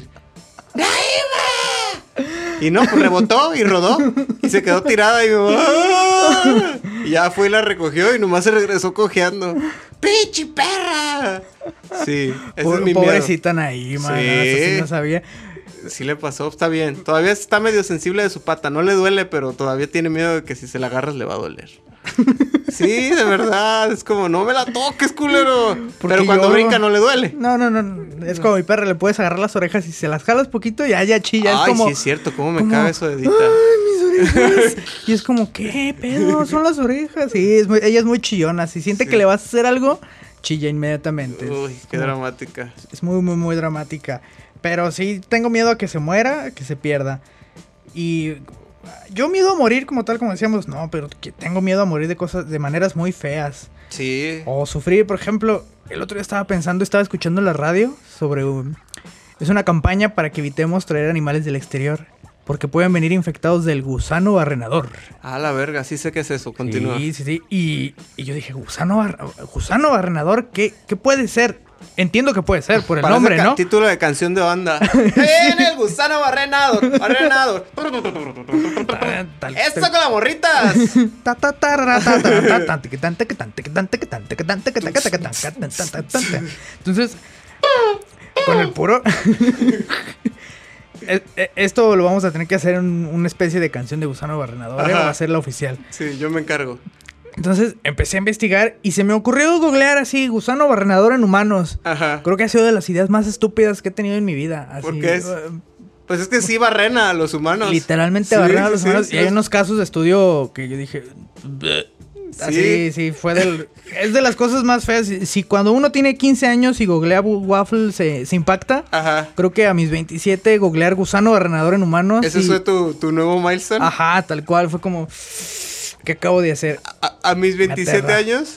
Y no, pues rebotó y rodó. Y se quedó tirada y mi mamá... Y ya fue y la recogió y nomás se regresó cojeando. ¡Pinche perra! Sí, ese es mi pobrecita Anaí, man. Sí. Eso sí no sabía. Sí le pasó, está bien. Todavía está medio sensible de su pata. No le duele, pero todavía tiene miedo de que si se la agarras le va a doler. Sí, de verdad. Es como, no me la toques, culero. Porque pero cuando brinca no le duele. No. Es como mi perra, le puedes agarrar las orejas y si se las jalas poquito, ya chilla. Ay, es como, sí es cierto. ¿Cómo me caga eso de Edita? Ay, mis orejas. Y es como, ¿qué pedo? Son las orejas. Sí, ella es muy chillona. Si siente que le vas a hacer algo, chilla inmediatamente. Uy, qué dramática. Es muy, muy, muy dramática. Pero sí tengo miedo a que se muera, que se pierda. Y yo miedo a morir como tal, como decíamos, no, pero que tengo miedo a morir de maneras muy feas. Sí. O sufrir, por ejemplo, el otro día estaba escuchando la radio sobre es una campaña para que evitemos traer animales del exterior. Porque pueden venir infectados del gusano barrenador. La verga, sí sé qué es eso, continúa. Sí. Y yo dije, gusano barrenador, ¿qué puede ser? entiendo que puede ser por el nombre, ¿no? Título de canción de banda. ¡Viene el gusano barrenado! ¡Barrenado! ¡Eso con las morritas! Entonces, con el puro... Esto lo vamos a tener que hacer en una especie de canción de gusano barrenador. Va a ser la oficial. Sí, yo me encargo. Entonces empecé a investigar y se me ocurrió googlear así, gusano barrenador en humanos. Ajá. Creo que ha sido de las ideas más estúpidas que he tenido en mi vida. Así, ¿por qué es? Pues es que sí barrena a los humanos. Literalmente barrena a los humanos. Sí. Y hay unos casos de estudio que yo dije... Así, sí, fue es de las cosas más feas. Si cuando uno tiene 15 años y googlea waffle se impacta. Ajá. Creo que a mis 27 googlear gusano barrenador en humanos. ¿Ese fue tu nuevo milestone? Ajá, tal cual. Fue como... ¿qué acabo de hacer? A mis 27 años,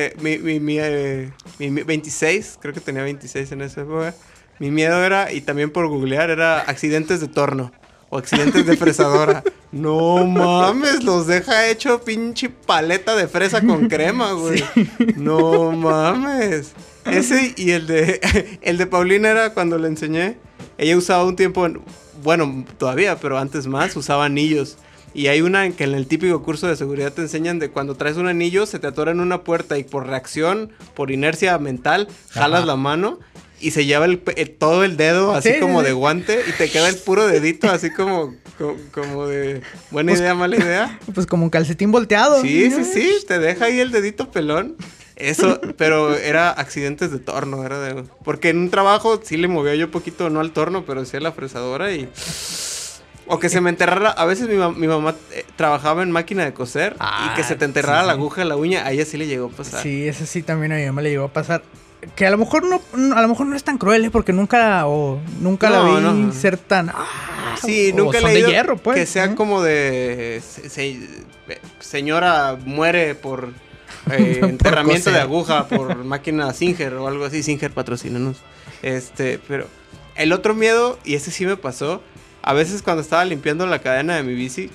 mi 26, creo que tenía 26 en esa época. Mi miedo era, y también por googlear, era accidentes de torno. O accidentes de fresadora. No mames, los deja hecho pinche paleta de fresa con crema, güey. Sí. No mames. Ese y el de Paulina era cuando le enseñé. Ella usaba un tiempo, bueno, todavía, pero antes más, usaba anillos. Y hay una en que en el típico curso de seguridad te enseñan de cuando traes un anillo, se te atora en una puerta y por reacción, por inercia mental, jalas la mano. Y se lleva todo el dedo así como de guante y te queda el puro dedito así como de buena idea, mala idea. Pues como un calcetín volteado. Sí, te deja ahí el dedito pelón. Eso, pero era accidentes de torno, porque en un trabajo sí le movía yo poquito, no al torno, pero sí a la fresadora y... O que se me enterrara, a veces mi mamá trabajaba en máquina de coser y que se te enterrara la aguja en la uña, a ella sí le llegó a pasar. Sí, eso sí también a mi mamá le llegó a pasar. Que a lo mejor no es tan cruel, porque nunca la vi ser tan... sí, nunca le de hierro, pues. Que sea como de... señora muere por enterramiento de aguja, por máquina Singer o algo así. Singer, patrocínanos. Pero el otro miedo, y ese sí me pasó, a veces cuando estaba limpiando la cadena de mi bici,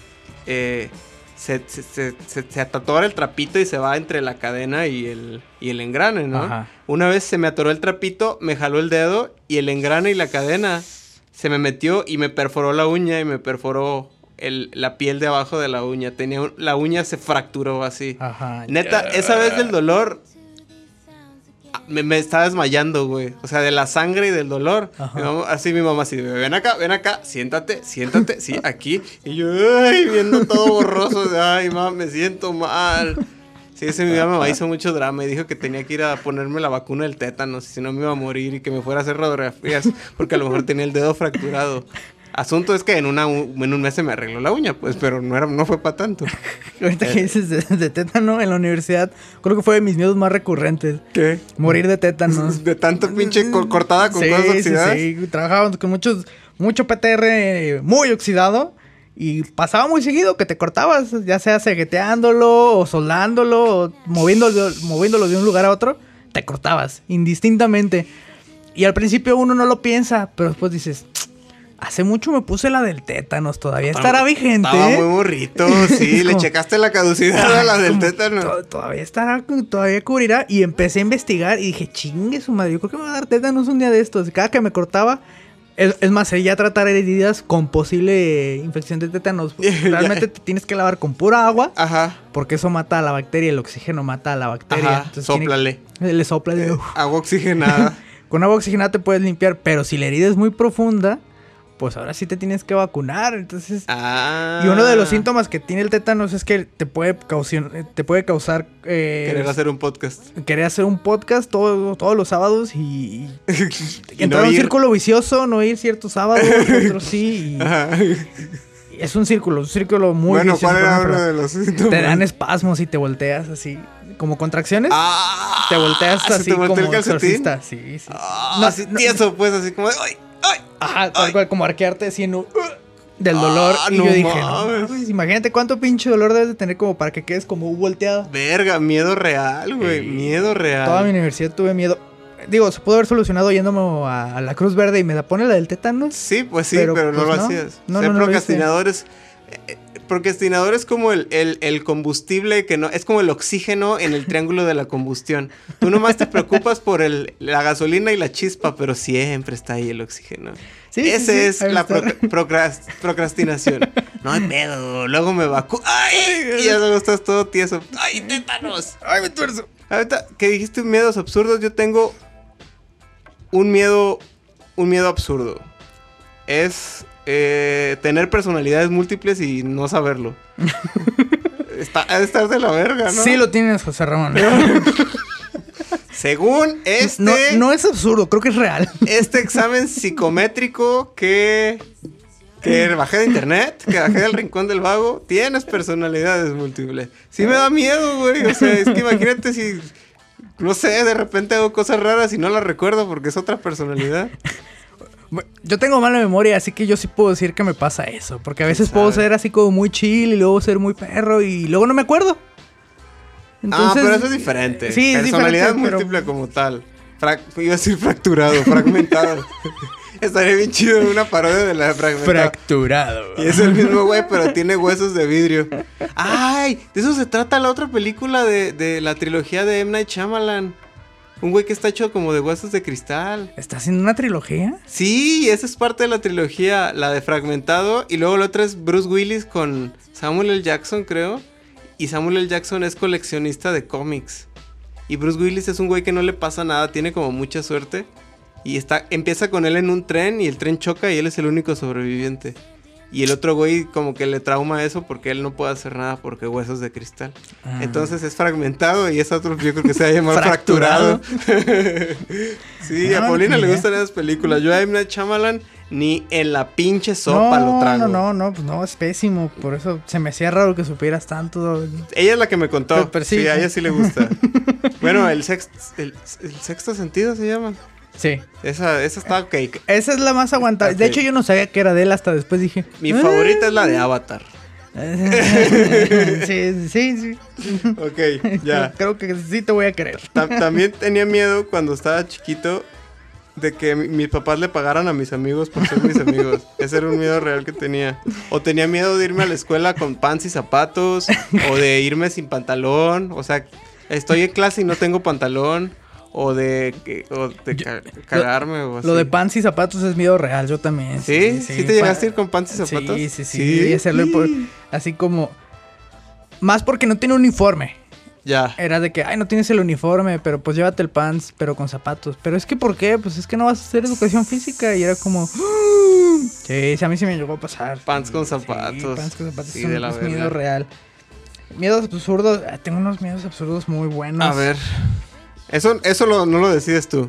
se atora el trapito y se va entre la cadena y el engrane, ¿no? Ajá. Una vez se me atoró el trapito, me jaló el dedo y el engrane y la cadena se me metió y me perforó la uña y me perforó la piel de abajo de la uña. La uña se fracturó así. Ajá. Neta, esa vez del dolor me estaba desmayando, güey. O sea, de la sangre y del dolor. Mi mamá así, ven acá, siéntate, sí, aquí. Y yo, ay, viendo todo borroso. Ay, mamá, me siento mal. Sí, mi mamá hizo mucho drama y dijo que tenía que ir a ponerme la vacuna del tétanos, si no me iba a morir y que me fuera a hacer radiografías porque a lo mejor tenía el dedo fracturado. Asunto es que en un mes se me arregló la uña, pues, pero no fue para tanto. Ahorita que dices de tétano en la universidad, creo que fue de mis miedos más recurrentes. ¿Qué? Morir de tétanos. De tanto pinche cortada con cosas oxidadas. Sí, trabajábamos con mucho PTR muy oxidado y pasaba muy seguido que te cortabas, ya sea cegueteándolo o soldándolo o moviéndolo de un lugar a otro, te cortabas indistintamente. Y al principio uno no lo piensa, pero después dices... Hace mucho me puse la del tétanos, todavía estará vigente. Estaba muy morrito, sí, le checaste la caducidad a la del tétanos. Todavía cubrirá. Y empecé a investigar y dije, chingue su madre, yo creo que me va a dar tétanos un día de estos. Cada que me cortaba, es más, ya tratar heridas con posible infección de tétanos. Realmente te tienes que lavar con pura agua. Ajá. Porque eso mata a la bacteria, el oxígeno mata a la bacteria. Ajá, entonces sóplale. Le sopla. Agua oxigenada. Con agua oxigenada te puedes limpiar, pero si la herida es muy profunda... pues ahora sí te tienes que vacunar. Entonces, y uno de los síntomas que tiene el tétanos es que te puede causar querer hacer un podcast. Querer hacer un podcast todos los sábados y entrar en un círculo vicioso, no ir ciertos sábados, otros sí. Es un círculo muy vicioso. ¿Cuál era uno de los síntomas? Te dan espasmos y te volteas así, como contracciones. Te volteas así como exorcista. Sí. Así tieso, pues, así como de... ¡ay! Ajá, tal cual, como arquearte así del dolor. Y yo dije, pues, imagínate cuánto pinche dolor debes de tener como para que quedes como volteado. Verga, miedo real, güey, miedo real. Toda mi universidad tuve miedo. Digo, se pudo haber solucionado yéndome a la Cruz Verde y me la pone la del tétanos. Sí, pues sí, pero no lo hacías. Ser procrastinadores... procrastinador es como el combustible que no... Es como el oxígeno en el triángulo de la combustión. Tú nomás te preocupas por la gasolina y la chispa, pero siempre está ahí el oxígeno. Sí, Ese es la procrastinación. No hay pedo, luego me vacuno. ¡Ay! Y ya luego estás todo tieso. ¡Ay, tétanos! ¡Ay, me tuerzo! Ahorita que dijiste miedos absurdos, yo tengo un miedo absurdo. Es tener personalidades múltiples y no saberlo. Ha de estar de la verga, ¿no? Sí lo tienes, José Ramón. Según No es absurdo, creo que es real. Este examen psicométrico que bajé de internet, que bajé del Rincón del Vago, tienes personalidades múltiples. Sí me da miedo, güey. O sea, es que imagínate si, no sé, de repente hago cosas raras y no las recuerdo porque es otra personalidad. Yo tengo mala memoria, así que yo sí puedo decir que me pasa eso. Porque a veces puedo ser así como muy chill y luego ser muy perro y luego no me acuerdo. Entonces, pero eso es diferente. Sí, personalidad es diferente, múltiple como tal. Iba a decir fracturado, fragmentado. Estaría bien chido una parodia de la fracturado. Y es el mismo güey, pero tiene huesos de vidrio. ¡Ay! De eso se trata la otra película de la trilogía de M. Night Shyamalan. Un güey que está hecho como de huesos de cristal. ¿Está haciendo una trilogía? Sí, esa es parte de la trilogía, la de Fragmentado. Y luego la otra es Bruce Willis con Samuel L. Jackson, creo. Y Samuel L. Jackson es coleccionista de cómics. Y Bruce Willis es un güey que no le pasa nada, tiene como mucha suerte. Y empieza con él en un tren y el tren choca y él es el único sobreviviente. Y el otro güey como que le trauma eso porque él no puede hacer nada porque huesos de cristal. Entonces es Fragmentado y es otro, yo creo que se va a llamar Fracturado. Sí, no, a Paulina le gustan esas películas. Yo a M. Night Shyamalan ni en la pinche sopa lo trago. No, es pésimo. Por eso se me hacía raro que supieras tanto. Ella es la que me contó. Pero sí, a ella sí le gusta. Bueno, el sexto sentido se llama. Sí. Esa está ok. Esa es la más aguantable. De hecho, yo no sabía que era de él hasta después dije. Mi favorita es la de Avatar. Sí. Ok, ya. Creo que sí te voy a creer. También tenía miedo cuando estaba chiquito de que mis papás le pagaran a mis amigos por ser mis amigos. Ese era un miedo real que tenía. O tenía miedo de irme a la escuela con pants y zapatos. O de irme sin pantalón. O sea, estoy en clase y no tengo pantalón. O de cagarme o así. Lo de pants y zapatos es miedo real, yo también. ¿Sí? ¿Sí te llegaste a ir con pants y zapatos? Sí. Y hacerlo así como... Más porque no tiene uniforme. Ya. Era de que, no tienes el uniforme, pero pues llévate el pants, pero con zapatos. Pero es que, ¿por qué? Pues es que no vas a hacer educación física. Y era como... Sí, a mí sí me llegó a pasar. Pants con zapatos. Sí, pants con zapatos. Sí, es miedo real. Miedos absurdos. Tengo unos miedos absurdos muy buenos. A ver... Eso no lo decides tú.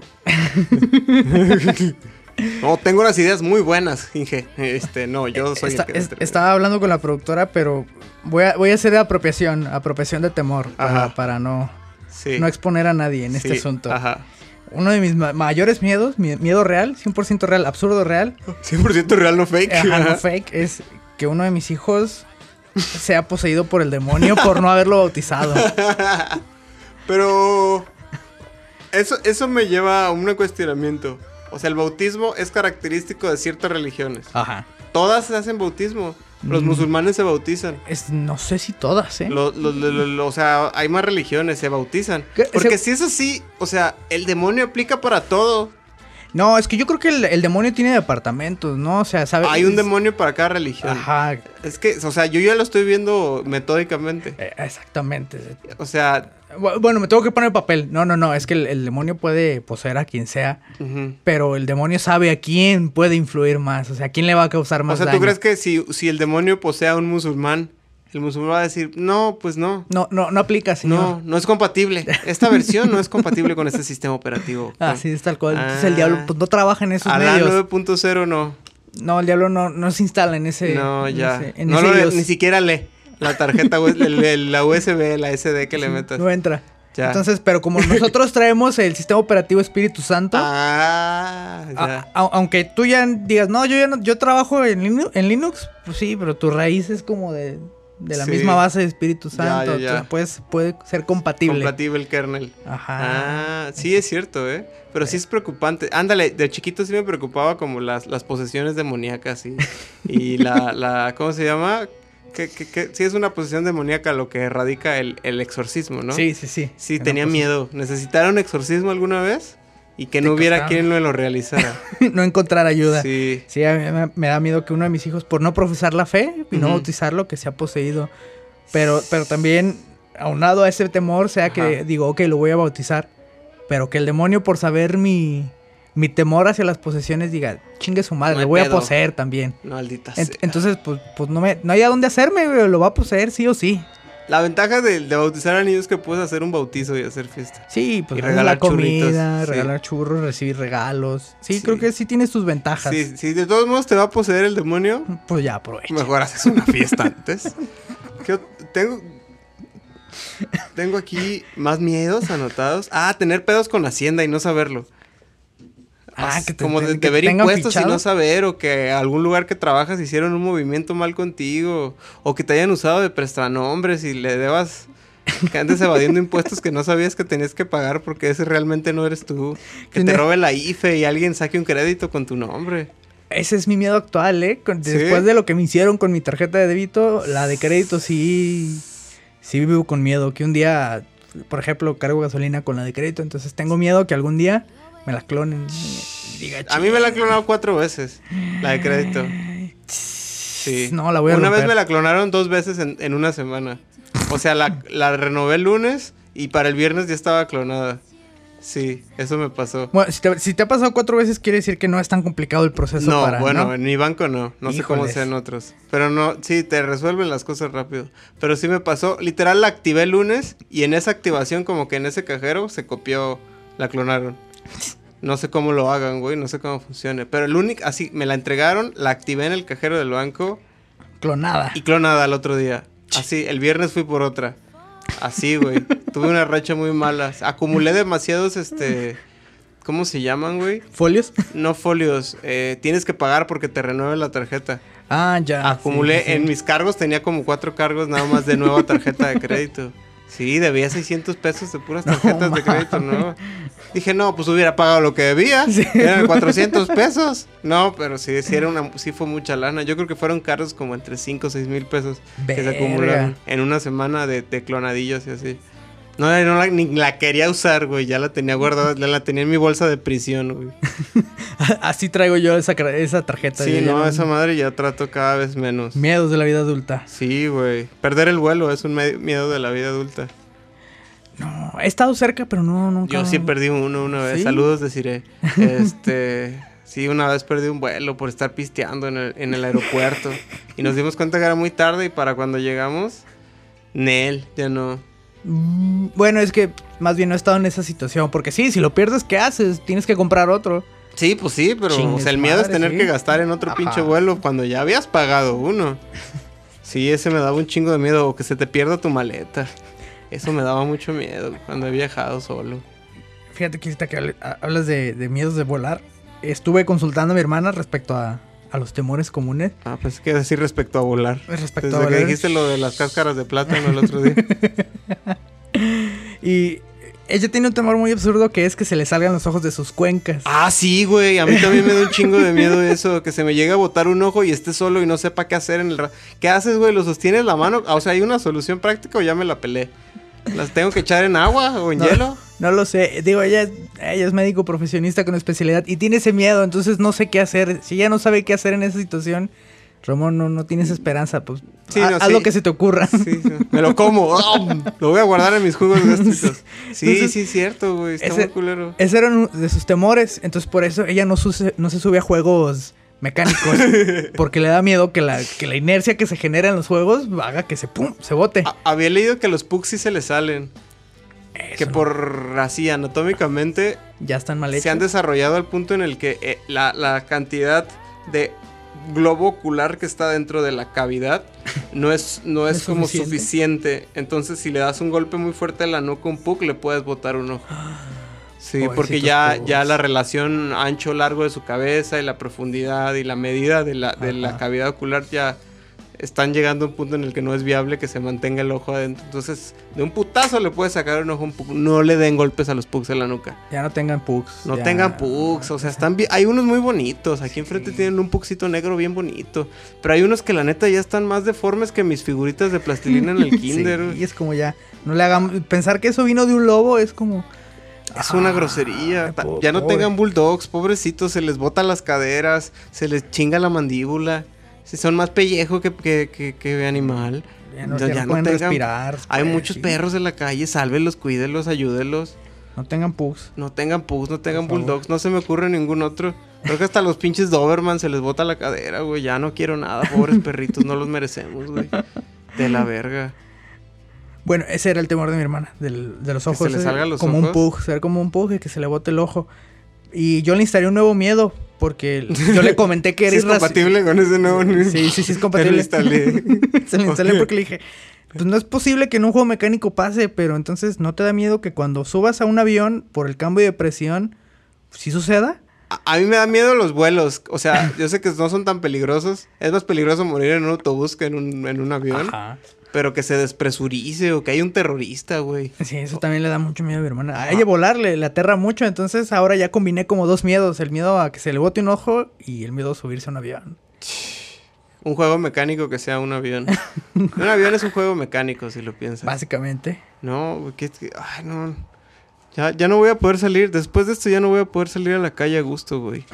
No, tengo unas ideas muy buenas, Inge. No, yo soy estaba hablando con la productora, pero voy a hacer apropiación de temor para no exponer a nadie en este asunto. Ajá. Uno de mis mayores miedos, miedo real, 100% real, absurdo real. 100% real, no fake. No fake, es que uno de mis hijos sea poseído por el demonio por no haberlo bautizado. Pero... Eso me lleva a un cuestionamiento. O sea, el bautismo es característico de ciertas religiones. Ajá. Todas hacen bautismo. Los musulmanes se bautizan. No sé si todas, ¿eh? O sea, hay más religiones, se bautizan. Porque si es así, o sea, el demonio aplica para todo. No, es que yo creo que el demonio tiene departamentos, ¿no? O sea, ¿sabes? Hay un demonio para cada religión. Ajá. Es que, o sea, yo ya lo estoy viendo metódicamente. Exactamente. O sea... Bueno, me tengo que poner papel. No, es que el demonio puede poseer a quien sea, pero el demonio sabe a quién puede influir más, o sea, a quién le va a causar más daño. O sea, ¿tú crees que si el demonio posee a un musulmán, el musulmán va a decir, no, pues no? No aplica, señor. No es compatible. Esta versión no es compatible con este sistema operativo. Sí, es tal cual. Entonces el diablo pues, no trabaja en esos medios. La 9.0 no. No, el diablo no se instala en ese... No, ya. Ni siquiera lee. La tarjeta, la USB, la SD que le metas. No entra. Ya. Entonces, pero como nosotros traemos el sistema operativo Espíritu Santo. Ya. Aunque tú ya digas, yo trabajo en Linux, pues sí, pero tu raíz es como de la misma base de Espíritu Santo. Ya. Puede ser compatible. Compatible el kernel. Ajá. Sí es cierto, Pero sí es preocupante. Ándale, de chiquito sí me preocupaba como las posesiones demoníacas y la ¿cómo se llama? sí es una posesión demoníaca lo que radica el exorcismo, ¿no? Sí. Sí, tenía miedo. ¿Necesitaron exorcismo alguna vez? Y que no hubiera quien lo realizara. No encontrar ayuda. Sí. Sí, a mí me da miedo que uno de mis hijos, por no profesar la fe y no bautizarlo, que sea poseído. Pero también, aunado a ese temor, sea que digo, ok, lo voy a bautizar. Pero que el demonio, por saber mi temor hacia las posesiones, diga, chingue su madre, lo voy a poseer también. Maldita sea. Entonces, pues no hay a dónde hacerme, güey, lo va a poseer sí o sí. La ventaja de bautizar a niños es que puedes hacer un bautizo y hacer fiesta. Sí, pues y regalar comida, churritos, regalar churros, recibir regalos. Sí, creo que sí tiene sus ventajas. Sí, de todos modos te va a poseer el demonio. Pues ya aprovecha. Mejor haces una fiesta antes. Tengo aquí más miedos anotados. Tener pedos con Hacienda y no saberlo. Como de ver impuestos fichado y no saber, o que algún lugar que trabajas hicieron un movimiento mal contigo, o que te hayan usado de prestanombres y le debas, que andes evadiendo impuestos que no sabías que tenías que pagar porque ese realmente no eres tú, que te robe la IFE y alguien saque un crédito con tu nombre. Ese es mi miedo actual, después de lo que me hicieron con mi tarjeta de débito, la de crédito sí vivo con miedo, que un día, por ejemplo, cargo gasolina con la de crédito, entonces tengo miedo que algún día me la clonen. A mí me la han clonado 4 veces, la de crédito. Sí. No, la voy a Una romper. vez me la clonaron 2 veces en una semana. O sea, la renové el lunes y para el viernes ya estaba clonada. Sí, eso me pasó. Bueno, si te ha pasado 4 veces, quiere decir que no es tan complicado el proceso ¿no? En mi banco no. No sé cómo sean otros. Pero no, sí, te resuelven las cosas rápido. Pero sí me pasó. Literal, la activé el lunes y en esa activación, como que en ese cajero, se copió, la clonaron. No sé cómo lo hagan, güey, no sé cómo funcione. Pero el único, así, me la entregaron, la activé en el cajero del banco. Clonada. Y clonada al otro día. Así, el viernes fui por otra. Así, güey. Tuve una racha muy mala. Acumulé demasiados, ¿cómo se llaman, güey? ¿Folios? No folios. Tienes que pagar porque te renueven la tarjeta. Ya. Acumulé, en mis cargos tenía como 4 cargos nada más de nueva tarjeta de crédito. Sí, debía 600 pesos de puras tarjetas de crédito, ¿no? Dije, no, pues hubiera pagado lo que debía. Sí. Eran 400 pesos. No, pero sí fue mucha lana. Yo creo que fueron cargos como entre 5 o 6 mil pesos que se acumularon en una semana de clonadillos y así. Ni la quería usar, güey. Ya la tenía guardada, la tenía en mi bolsa de prisión, güey. Así traigo yo esa tarjeta. Sí, esa madre ya trato cada vez menos. Miedos de la vida adulta. Sí, güey. Perder el vuelo es un miedo de la vida adulta. No, he estado cerca, pero nunca. Yo sí perdí uno una vez. ¿Sí? Saludos, deciré. Sí, una vez perdí un vuelo por estar pisteando en el aeropuerto. Y nos dimos cuenta que era muy tarde y para cuando llegamos, ya no. Bueno, es que más bien no he estado en esa situación. Porque sí, si lo pierdes, ¿qué haces? Tienes que comprar otro. Sí, pues sí, pero el miedo es tener que gastar en otro pinche vuelo cuando ya habías pagado uno. Sí, ese me daba un chingo de miedo. O que se te pierda tu maleta. Eso me daba mucho miedo cuando he viajado solo. Fíjate que ahorita que hablas de miedos de volar, estuve consultando a mi hermana respecto a los temores comunes. Pues qué decir respecto a volar. Respecto Desde a volar. Que dijiste lo de las cáscaras de plátano el otro día. Y ella tiene un temor muy absurdo que es que se le salgan los ojos de sus cuencas. Sí, güey. A mí también me da un chingo de miedo eso. Que se me llegue a botar un ojo y esté solo y no sepa qué hacer en el... ¿Qué haces, güey? ¿Lo sostienes la mano? O sea, ¿hay una solución práctica o ya me la pelé? ¿Las tengo que echar en agua o en hielo? No lo sé. Digo, ella es médico profesionista con especialidad y tiene ese miedo, entonces no sé qué hacer. Si ella no sabe qué hacer en esa situación, Ramón, no tienes esperanza, pues sí, haz lo que se te ocurra. Sí. Me lo como. Lo voy a guardar en mis jugos gástricos. Sí, entonces, es cierto, güey. Está muy culero. Ese era uno de sus temores, entonces por eso ella no se sube a juegos mecánicos porque le da miedo que la inercia que se genera en los juegos haga que se bote. Había leído que los pugs sí se le salen. Eso. Que por así anatómicamente ya están mal hechos. Se han desarrollado al punto en el que la cantidad de globo ocular que está dentro de la cavidad no es como suficiente. Entonces si le das un golpe muy fuerte a la nuca a un pug le puedes botar un ojo. Sí, porque ya la relación ancho-largo de su cabeza y la profundidad y la medida de la cavidad ocular ya están llegando a un punto en el que no es viable que se mantenga el ojo adentro. Entonces, de un putazo le puedes sacar un ojo a un pug. No le den golpes a los pugs en la nuca. Ya no tengan pugs. No tengan pugs. O sea, están hay unos muy bonitos. Aquí enfrente tienen un pugcito negro bien bonito. Pero hay unos que la neta ya están más deformes que mis figuritas de plastilina en el kinder. Sí, y es como ya, no le hagamos... Pensar que eso vino de un lobo es como... Es una grosería. Ya no tengan bulldogs, pobrecitos. Se les botan las caderas. Se les chinga la mandíbula. Si son más pellejo que animal. Ya no pueden respirar. Hay muchos perros en la calle. Sálvelos, cuídelos, ayúdelos. No tengan pugs. No tengan pugs, no tengan bulldogs. No se me ocurre ningún otro. Creo que hasta los pinches Doberman se les bota la cadera, güey. Ya no quiero nada, pobres perritos. No los merecemos, güey. De la verga. Bueno, ese era el temor de mi hermana. De los ojos. Que se le salgan los como ojos. Un pug. Ser como un pug y que se le bote el ojo. Y yo le instalé un nuevo miedo. Porque yo le comenté que era ¿Es compatible con ese nuevo? Sí, es compatible. Se lo instalé porque le dije, pues no es posible que en un juego mecánico pase, pero entonces ¿no te da miedo que cuando subas a un avión por el cambio de presión, sí suceda? A mí me da miedo los vuelos. O sea, yo sé que no son tan peligrosos. Es más peligroso morir en un autobús que en un avión. Ajá. Pero que se despresurice o que haya un terrorista, güey. Sí, eso también le da mucho miedo a mi hermana. A ella volar le aterra mucho, entonces ahora ya combiné como dos miedos. El miedo a que se le bote un ojo y el miedo a subirse a un avión. Un juego mecánico que sea un avión. Un avión es un juego mecánico, si lo piensas. Básicamente. No, ay, no. Ya no voy a poder salir. Después de esto ya no voy a poder salir a la calle a gusto, güey.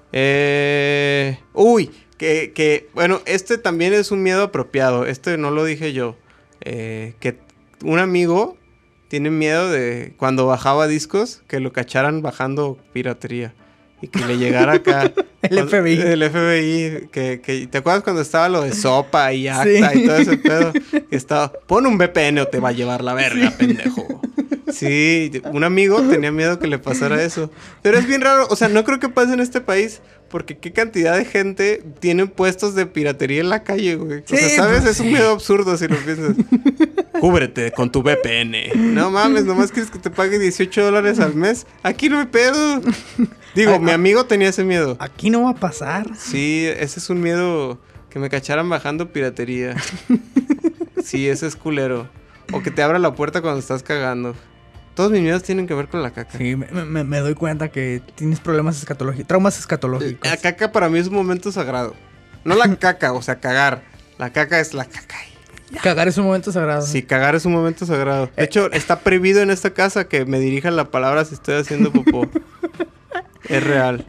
Bueno, este también es un miedo apropiado. Este no lo dije yo. Que un amigo tiene miedo de cuando bajaba discos, que lo cacharan bajando piratería. Y que le llegara acá. El FBI. El FBI. ¿Te acuerdas cuando estaba lo de Sopa y Acta y todo ese pedo? Que estaba, pon un VPN o te va a llevar la verga, pendejo. Sí, un amigo tenía miedo que le pasara eso. Pero es bien raro, o sea, no creo que pase en este país. Porque qué cantidad de gente tiene puestos de piratería en la calle, güey. O sea, ¿sabes? Es un miedo absurdo si lo piensas. Cúbrete con tu VPN. No mames, nomás quieres que te pague $18 al mes. Aquí no hay pedo. Digo, mi amigo tenía ese miedo. Aquí no va a pasar. Sí, ese es un miedo que me cacharan bajando piratería. Sí, ese es culero. O que te abra la puerta cuando estás cagando. Todos mis miedos tienen que ver con la caca. Sí, me doy cuenta que tienes problemas escatológicos, traumas escatológicos. La caca para mí es un momento sagrado. No la caca, o sea, cagar. La caca es la caca. Cagar es un momento sagrado. Sí, cagar es un momento sagrado. De hecho, está prohibido en esta casa que me dirijan la palabra si estoy haciendo popó. Es real.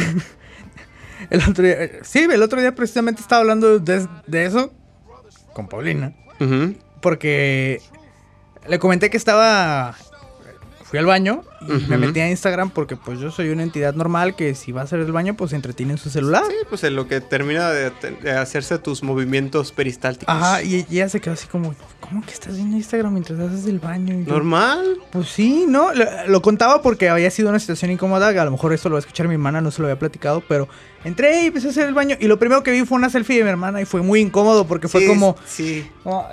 El otro día precisamente estaba hablando de eso con Paulina. Uh-huh. Porque le comenté que fui al baño y me metí a Instagram porque pues yo soy una entidad normal que si va a hacer el baño pues se entretiene en su celular. Sí, pues en lo que termina de hacerse tus movimientos peristálticos. Ajá, y ella se quedó así como, ¿cómo que estás viendo Instagram mientras haces el baño? Y ¿normal? Pues sí, ¿no? Lo contaba porque había sido una situación incómoda, que a lo mejor esto lo va a escuchar mi hermana, no se lo había platicado, pero entré y empecé a hacer el baño y lo primero que vi fue una selfie de mi hermana y fue muy incómodo porque fue como... Sí.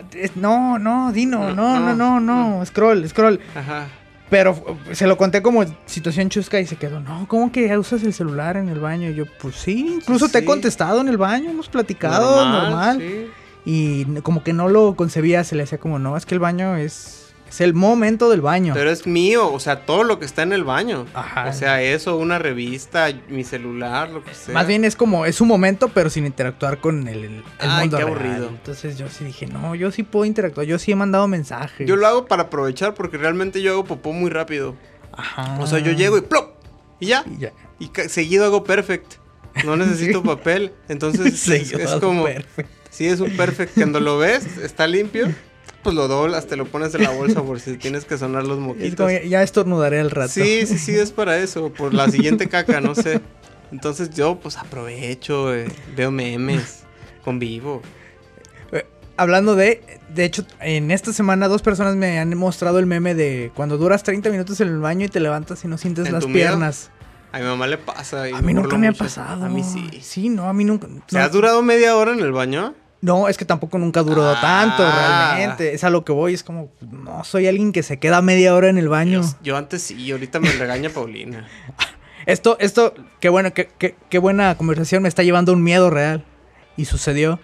No, scroll. Ajá. Pero se lo conté como situación chusca y se quedó, no, ¿cómo que usas el celular en el baño? Y yo, pues sí, incluso te he contestado en el baño, hemos platicado, normal. Sí. Y como que no lo concebía, se le hacía como, no, es que el baño es el momento del baño. Pero es mío, o sea, todo lo que está en el baño. Ajá. O sea, eso, una revista, mi celular, lo que sea. Más bien es como, es un momento, pero sin interactuar con el mundo qué real. Aburrido. Entonces yo sí dije, no, yo sí puedo interactuar, yo sí he mandado mensajes. Yo lo hago para aprovechar porque realmente yo hago popó muy rápido. Ajá. O sea, yo llego y ¡plop! Y ya. Y seguido hago perfect. No necesito papel. Entonces es como... Perfect. Sí, es un perfect. Cuando lo ves, está limpio. Pues lo doblas, te lo pones en la bolsa por si tienes que sonar los moquitos. Es como, ya estornudaré al rato. Sí, es para eso, por la siguiente caca, no sé. Entonces yo pues aprovecho, veo memes, convivo. Hablando de hecho, en esta semana 2 personas me han mostrado el meme de cuando duras 30 minutos en el baño y te levantas y no sientes las piernas. A mi mamá le pasa. A mí nunca me ha pasado. A mí sí. Sí, no, a mí nunca. ¿Se has durado media hora en el baño? No, es que tampoco nunca ha durado tanto, realmente. Es a lo que voy, es como, no soy alguien que se queda media hora en el baño. Yo antes sí, ahorita me regaña Paulina. Esto, qué bueno, qué buena conversación me está llevando a un miedo real. Y sucedió.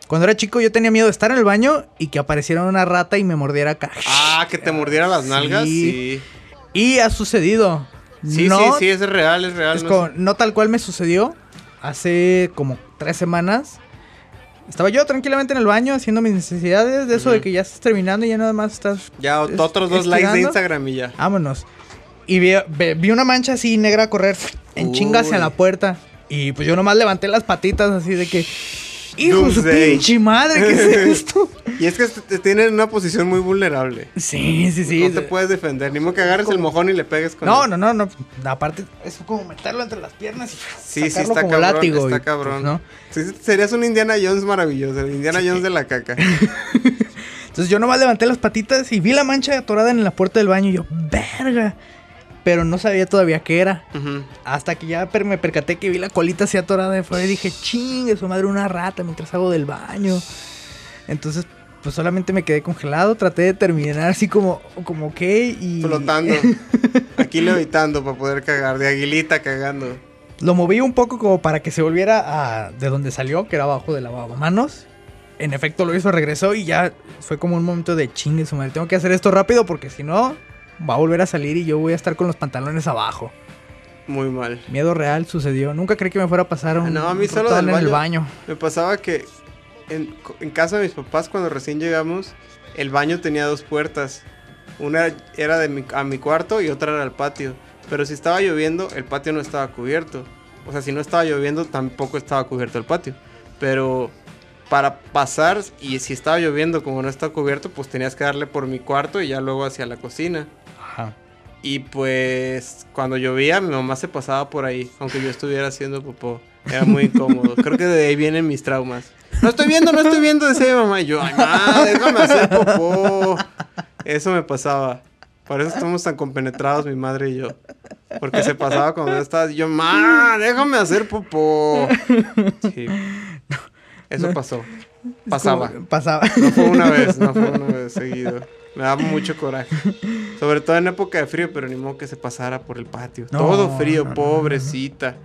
Cuando era chico yo tenía miedo de estar en el baño y que apareciera una rata y me mordiera acá. Ah, que te mordiera las nalgas. Sí. Y ha sucedido. Sí, sí, es real, es real. No tal cual me sucedió. Hace como 3 semanas. Estaba yo tranquilamente en el baño haciendo mis necesidades. De eso de que ya estás terminando y ya nada más estás... Ya otros 2 likes de Instagram y ya. Vámonos. Y vi una mancha así negra correr en chinga hacia la puerta. Y pues yo nomás levanté las patitas así de que... ¡Hijo de su pinche madre! ¿Qué es esto? Y es que te tienen en una posición muy vulnerable. Sí. No te puedes defender. Ni modo que agarres el mojón y le pegues con No. Aparte, es como meterlo entre las piernas y sacarlo está como cabrón, látigo. Está cabrón. Pues, ¿no? Sí, serías un Indiana Jones maravilloso. El Indiana Jones de la caca. Entonces yo nomás levanté las patitas y vi la mancha atorada en la puerta del baño. Y yo, ¡verga! Pero no sabía todavía qué era. Hasta que ya me percaté que vi la colita así atorada de fuera y dije, chingue su madre, una rata mientras hago del baño. Entonces, pues solamente me quedé congelado. Traté de terminar así como ¿qué? Y... flotando. Aquí levitando para poder cagar. De aguilita cagando. Lo moví un poco como para que se volviera de donde salió, que era abajo del lavamanos. En efecto lo hizo, regresó y ya fue como un momento de chingue su madre. Tengo que hacer esto rápido porque si no... va a volver a salir y yo voy a estar con los pantalones abajo. Muy mal. Miedo real sucedió. Nunca creí que me fuera a pasar a mí solo en el baño. Me pasaba que en casa de mis papás, cuando recién llegamos, el baño tenía 2 puertas. Una era a mi cuarto y otra era al patio. Pero si estaba lloviendo, el patio no estaba cubierto. O sea, si no estaba lloviendo, tampoco estaba cubierto el patio. Pero para pasar, y si estaba lloviendo, como no estaba cubierto, pues tenías que darle por mi cuarto y ya luego hacia la cocina. Ajá. Y pues cuando llovía mi mamá se pasaba por ahí, aunque yo estuviera haciendo popó. Era muy incómodo. Creo que de ahí vienen mis traumas. No estoy viendo, decía mi mamá. Y yo, ay, ma, déjame hacer popó. Eso me pasaba. Por eso estamos tan compenetrados mi madre y yo. Porque se pasaba cuando yo estaba y yo, ma, déjame hacer popó. Sí. Eso pasó. Pasaba. No fue una vez seguido. Me daba mucho coraje. Sobre todo en época de frío, pero ni modo que se pasara por el patio. Todo frío, pobrecita.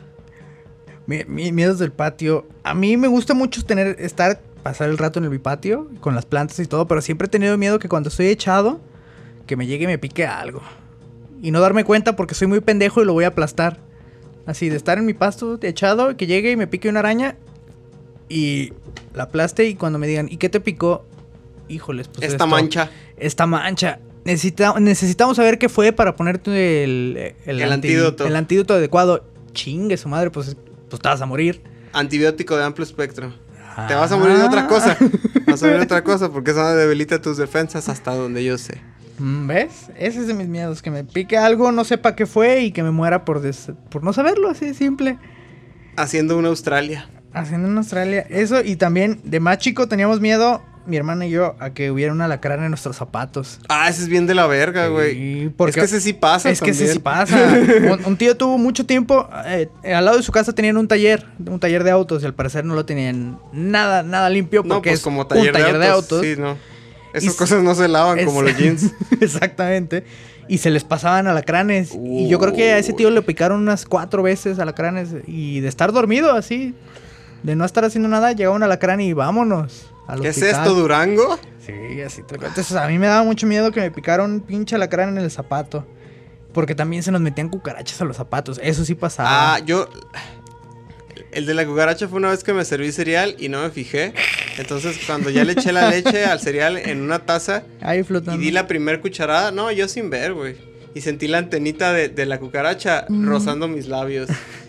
Miedos del patio. A mí me gusta mucho pasar el rato en el bipatio, con las plantas y todo, pero siempre he tenido miedo que cuando estoy echado, que me llegue y me pique algo. Y no darme cuenta porque soy muy pendejo y lo voy a aplastar. Así, de estar en mi pasto echado, que llegue y me pique una araña y la aplaste y cuando me digan, ¿y qué te picó? Híjoles, pues esta mancha. Necesitamos saber qué fue para ponerte el antídoto. El antídoto adecuado. Chingue su madre, pues te vas a morir. Antibiótico de amplio espectro. Te vas a morir de otra cosa. Vas a morir de otra cosa porque eso debilita tus defensas hasta donde yo sé. ¿Ves? Ese es de mis miedos. Que me pique algo, no sepa qué fue y que me muera por no saberlo, así de simple. Haciendo una Australia. Eso, y también de más chico teníamos miedo, mi hermana y yo, a que hubiera un alacrán en nuestros zapatos. Ah, ese es bien de la verga, güey. Sí, es que ese sí pasa. Un tío tuvo mucho tiempo, al lado de su casa tenían un taller de autos y al parecer no lo tenían nada limpio porque pues es como taller de autos. Sí, no. Esas cosas no se lavan como los jeans. Exactamente. Y se les pasaban alacranes. Y yo creo que a ese tío le picaron unas 4 veces alacranes. Y de estar dormido así, de no estar haciendo nada, llegaba un alacrán y vámonos al ¿Qué hospital. es esto, Durango? Sí, así. Entonces a mí me daba mucho miedo que me picaron un pinche alacrán en el zapato. Porque también se nos metían cucarachas a los zapatos. Eso sí pasaba. El de la cucaracha fue una vez que me serví cereal y no me fijé. Entonces, cuando ya le eché la leche al cereal en una taza ahí flotando, y di la primer cucharada, no, yo sin ver, güey. Y sentí la antenita de la cucaracha rozando mis labios.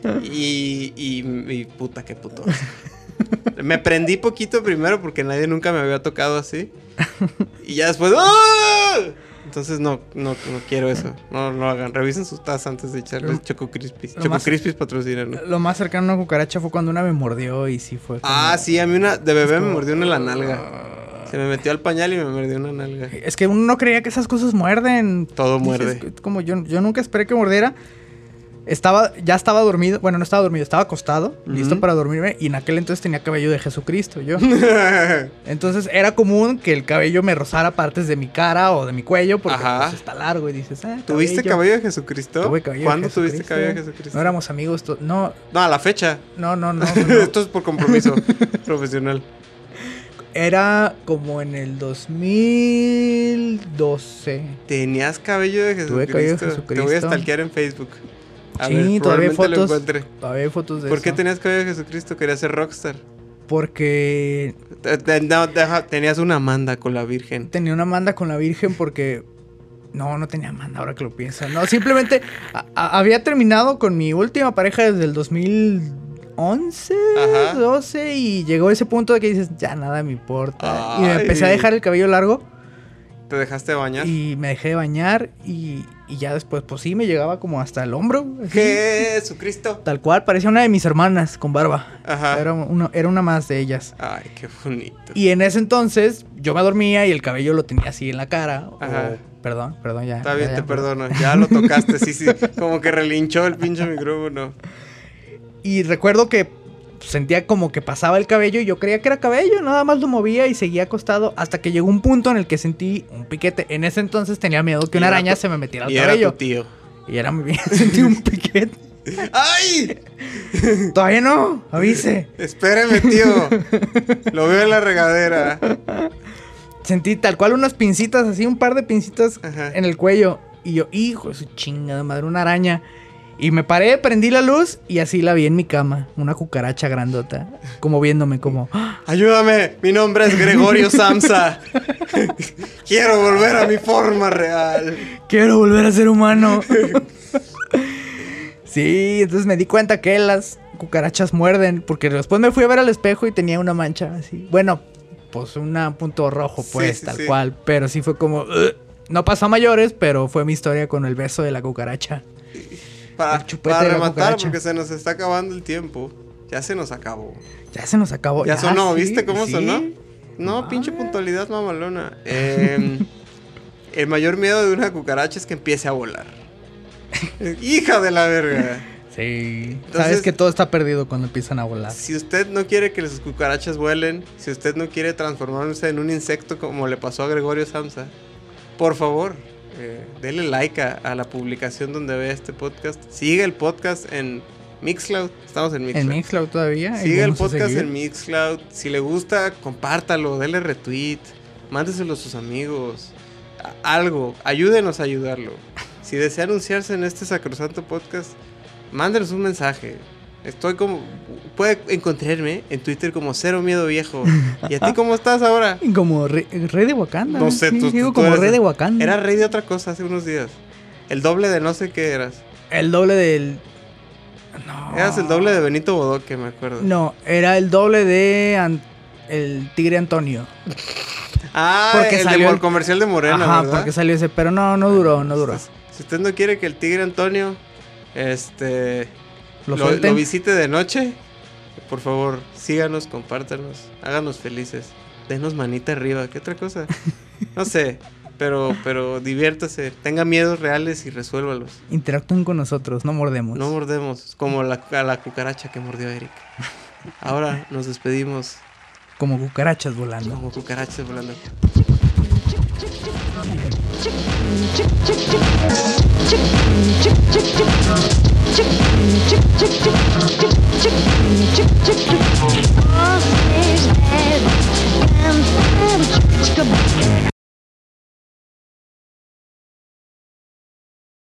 Y puta, qué puto. Me prendí poquito primero porque nadie nunca me había tocado así. Y ya después... ¡ah! Entonces no quiero eso. No lo hagan. Revisen sus tazas antes de echarles Choco Crispies. Choco Crispies patrocinan, ¿no? Lo más cercano a una cucaracha fue cuando una me mordió y sí fue como... sí, a mí una de bebé me mordió una en la nalga. Se me metió al pañal y me mordió una nalga. Es que uno no creía que esas cosas muerden. Todo muerde. Como yo nunca esperé que mordiera. Ya estaba dormido. Bueno, no estaba dormido, estaba acostado, listo para dormirme. Y en aquel entonces tenía cabello de Jesucristo, yo. Entonces era común que el cabello me rozara partes de mi cara o de mi cuello. Porque pues, está largo y dices, ¿tuviste cabello de Jesucristo? Tuve cabello ¿Cuándo de Jesucristo? tuviste cabello de Jesucristo? No éramos amigos. No, a la fecha. No. Esto es por compromiso profesional. Era como en el 2012. Tenías cabello de Jesucristo. Tuve cabello de Jesucristo. Te voy a stalkear en Facebook. Sí, todavía hay fotos. Todavía hay fotos de eso. ¿Por qué tenías cabello de Jesucristo? ¿Querías ser rockstar? Porque... Tenías una manda con la Virgen. Tenía una manda con la Virgen porque... No tenía manda, ahora que lo pienso. No, simplemente había terminado con mi última pareja desde el 2011, 12 y llegó ese punto de que dices, ya nada me importa. Ay. Y me empecé a dejar el cabello largo. ¿Te dejaste de bañar? Y me dejé de bañar y ya después, pues sí, me llegaba como hasta el hombro. Así. ¡Jesucristo! Tal cual, parecía una de mis hermanas con barba. Ajá. Era una más de ellas. Ay, qué bonito. Y en ese entonces, yo me dormía y el cabello lo tenía así en la cara. Ajá. Perdón, ya. Está bien, te perdono. Ya lo tocaste, sí. Como que relinchó el pinche micrófono. Y recuerdo que sentía como que pasaba el cabello y yo creía que era cabello, nada más lo movía y seguía acostado hasta que llegó un punto en el que sentí un piquete. En ese entonces tenía miedo que una araña se me metiera al cabello. Y era tu tío. Y era muy bien, sentí un piquete. ¡Ay! Todavía no, avise. Espéreme, tío. Lo veo en la regadera. Sentí tal cual unas pincitas, así un par de pincitas en el cuello. Y yo, hijo de su chingada madre, una araña. Y me paré, prendí la luz y así la vi en mi cama. Una cucaracha grandota. Como viéndome como... ¡Ayúdame! Mi nombre es Gregorio Samsa. Quiero volver a mi forma real. Quiero volver a ser humano. Sí, entonces me di cuenta que las cucarachas muerden. Porque después me fui a ver al espejo y tenía una mancha así. Bueno, pues un punto rojo, pues, tal cual. Pero sí fue como... No pasó a mayores, pero fue mi historia con el beso de la cucaracha. Para rematar, porque se nos está acabando el tiempo. Ya se nos acabó. Ya sonó, sí, ¿viste cómo sonó? No, pinche puntualidad mamalona. El mayor miedo de una cucaracha es que empiece a volar. ¡Hija de la verga! Sí. Entonces, sabes que todo está perdido cuando empiezan a volar. Si usted no quiere que las cucarachas vuelen, si usted no quiere transformarse en un insecto como le pasó a Gregorio Samsa, por favor, dele like a la publicación donde ve este podcast. Sigue el podcast en Mixcloud. Estamos en Mixcloud. ¿En Mixcloud todavía? Sigue el podcast en Mixcloud. Si le gusta, compártalo, dele retweet, mándeselo a sus amigos. Algo, ayúdenos a ayudarlo. Si desea anunciarse en este sacrosanto podcast, mándenos un mensaje. Puede encontrarme en Twitter como Cero Miedo Viejo. ¿Y a ti cómo estás ahora? Como rey de Wakanda. No sé, sí, digo como rey de Wakanda. Era rey de otra cosa hace unos días. El doble de no sé qué eras. El doble del... No. Eras el doble de Benito Bodoque, me acuerdo. No, era el doble de el Tigre Antonio. Porque salió el comercial de Morena, ajá, ¿verdad? Porque salió ese, pero no duró. Si usted no quiere que el Tigre Antonio lo visite de noche, por favor, síganos, compártanos, háganos felices, denos manita arriba, ¿qué otra cosa? No sé, pero diviértase, tenga miedos reales y resuélvalos. Interactúen con nosotros, no mordemos. No mordemos, como a la cucaracha que mordió a Eric. Ahora nos despedimos. Como cucarachas volando. Como cucarachas volando. All is dead and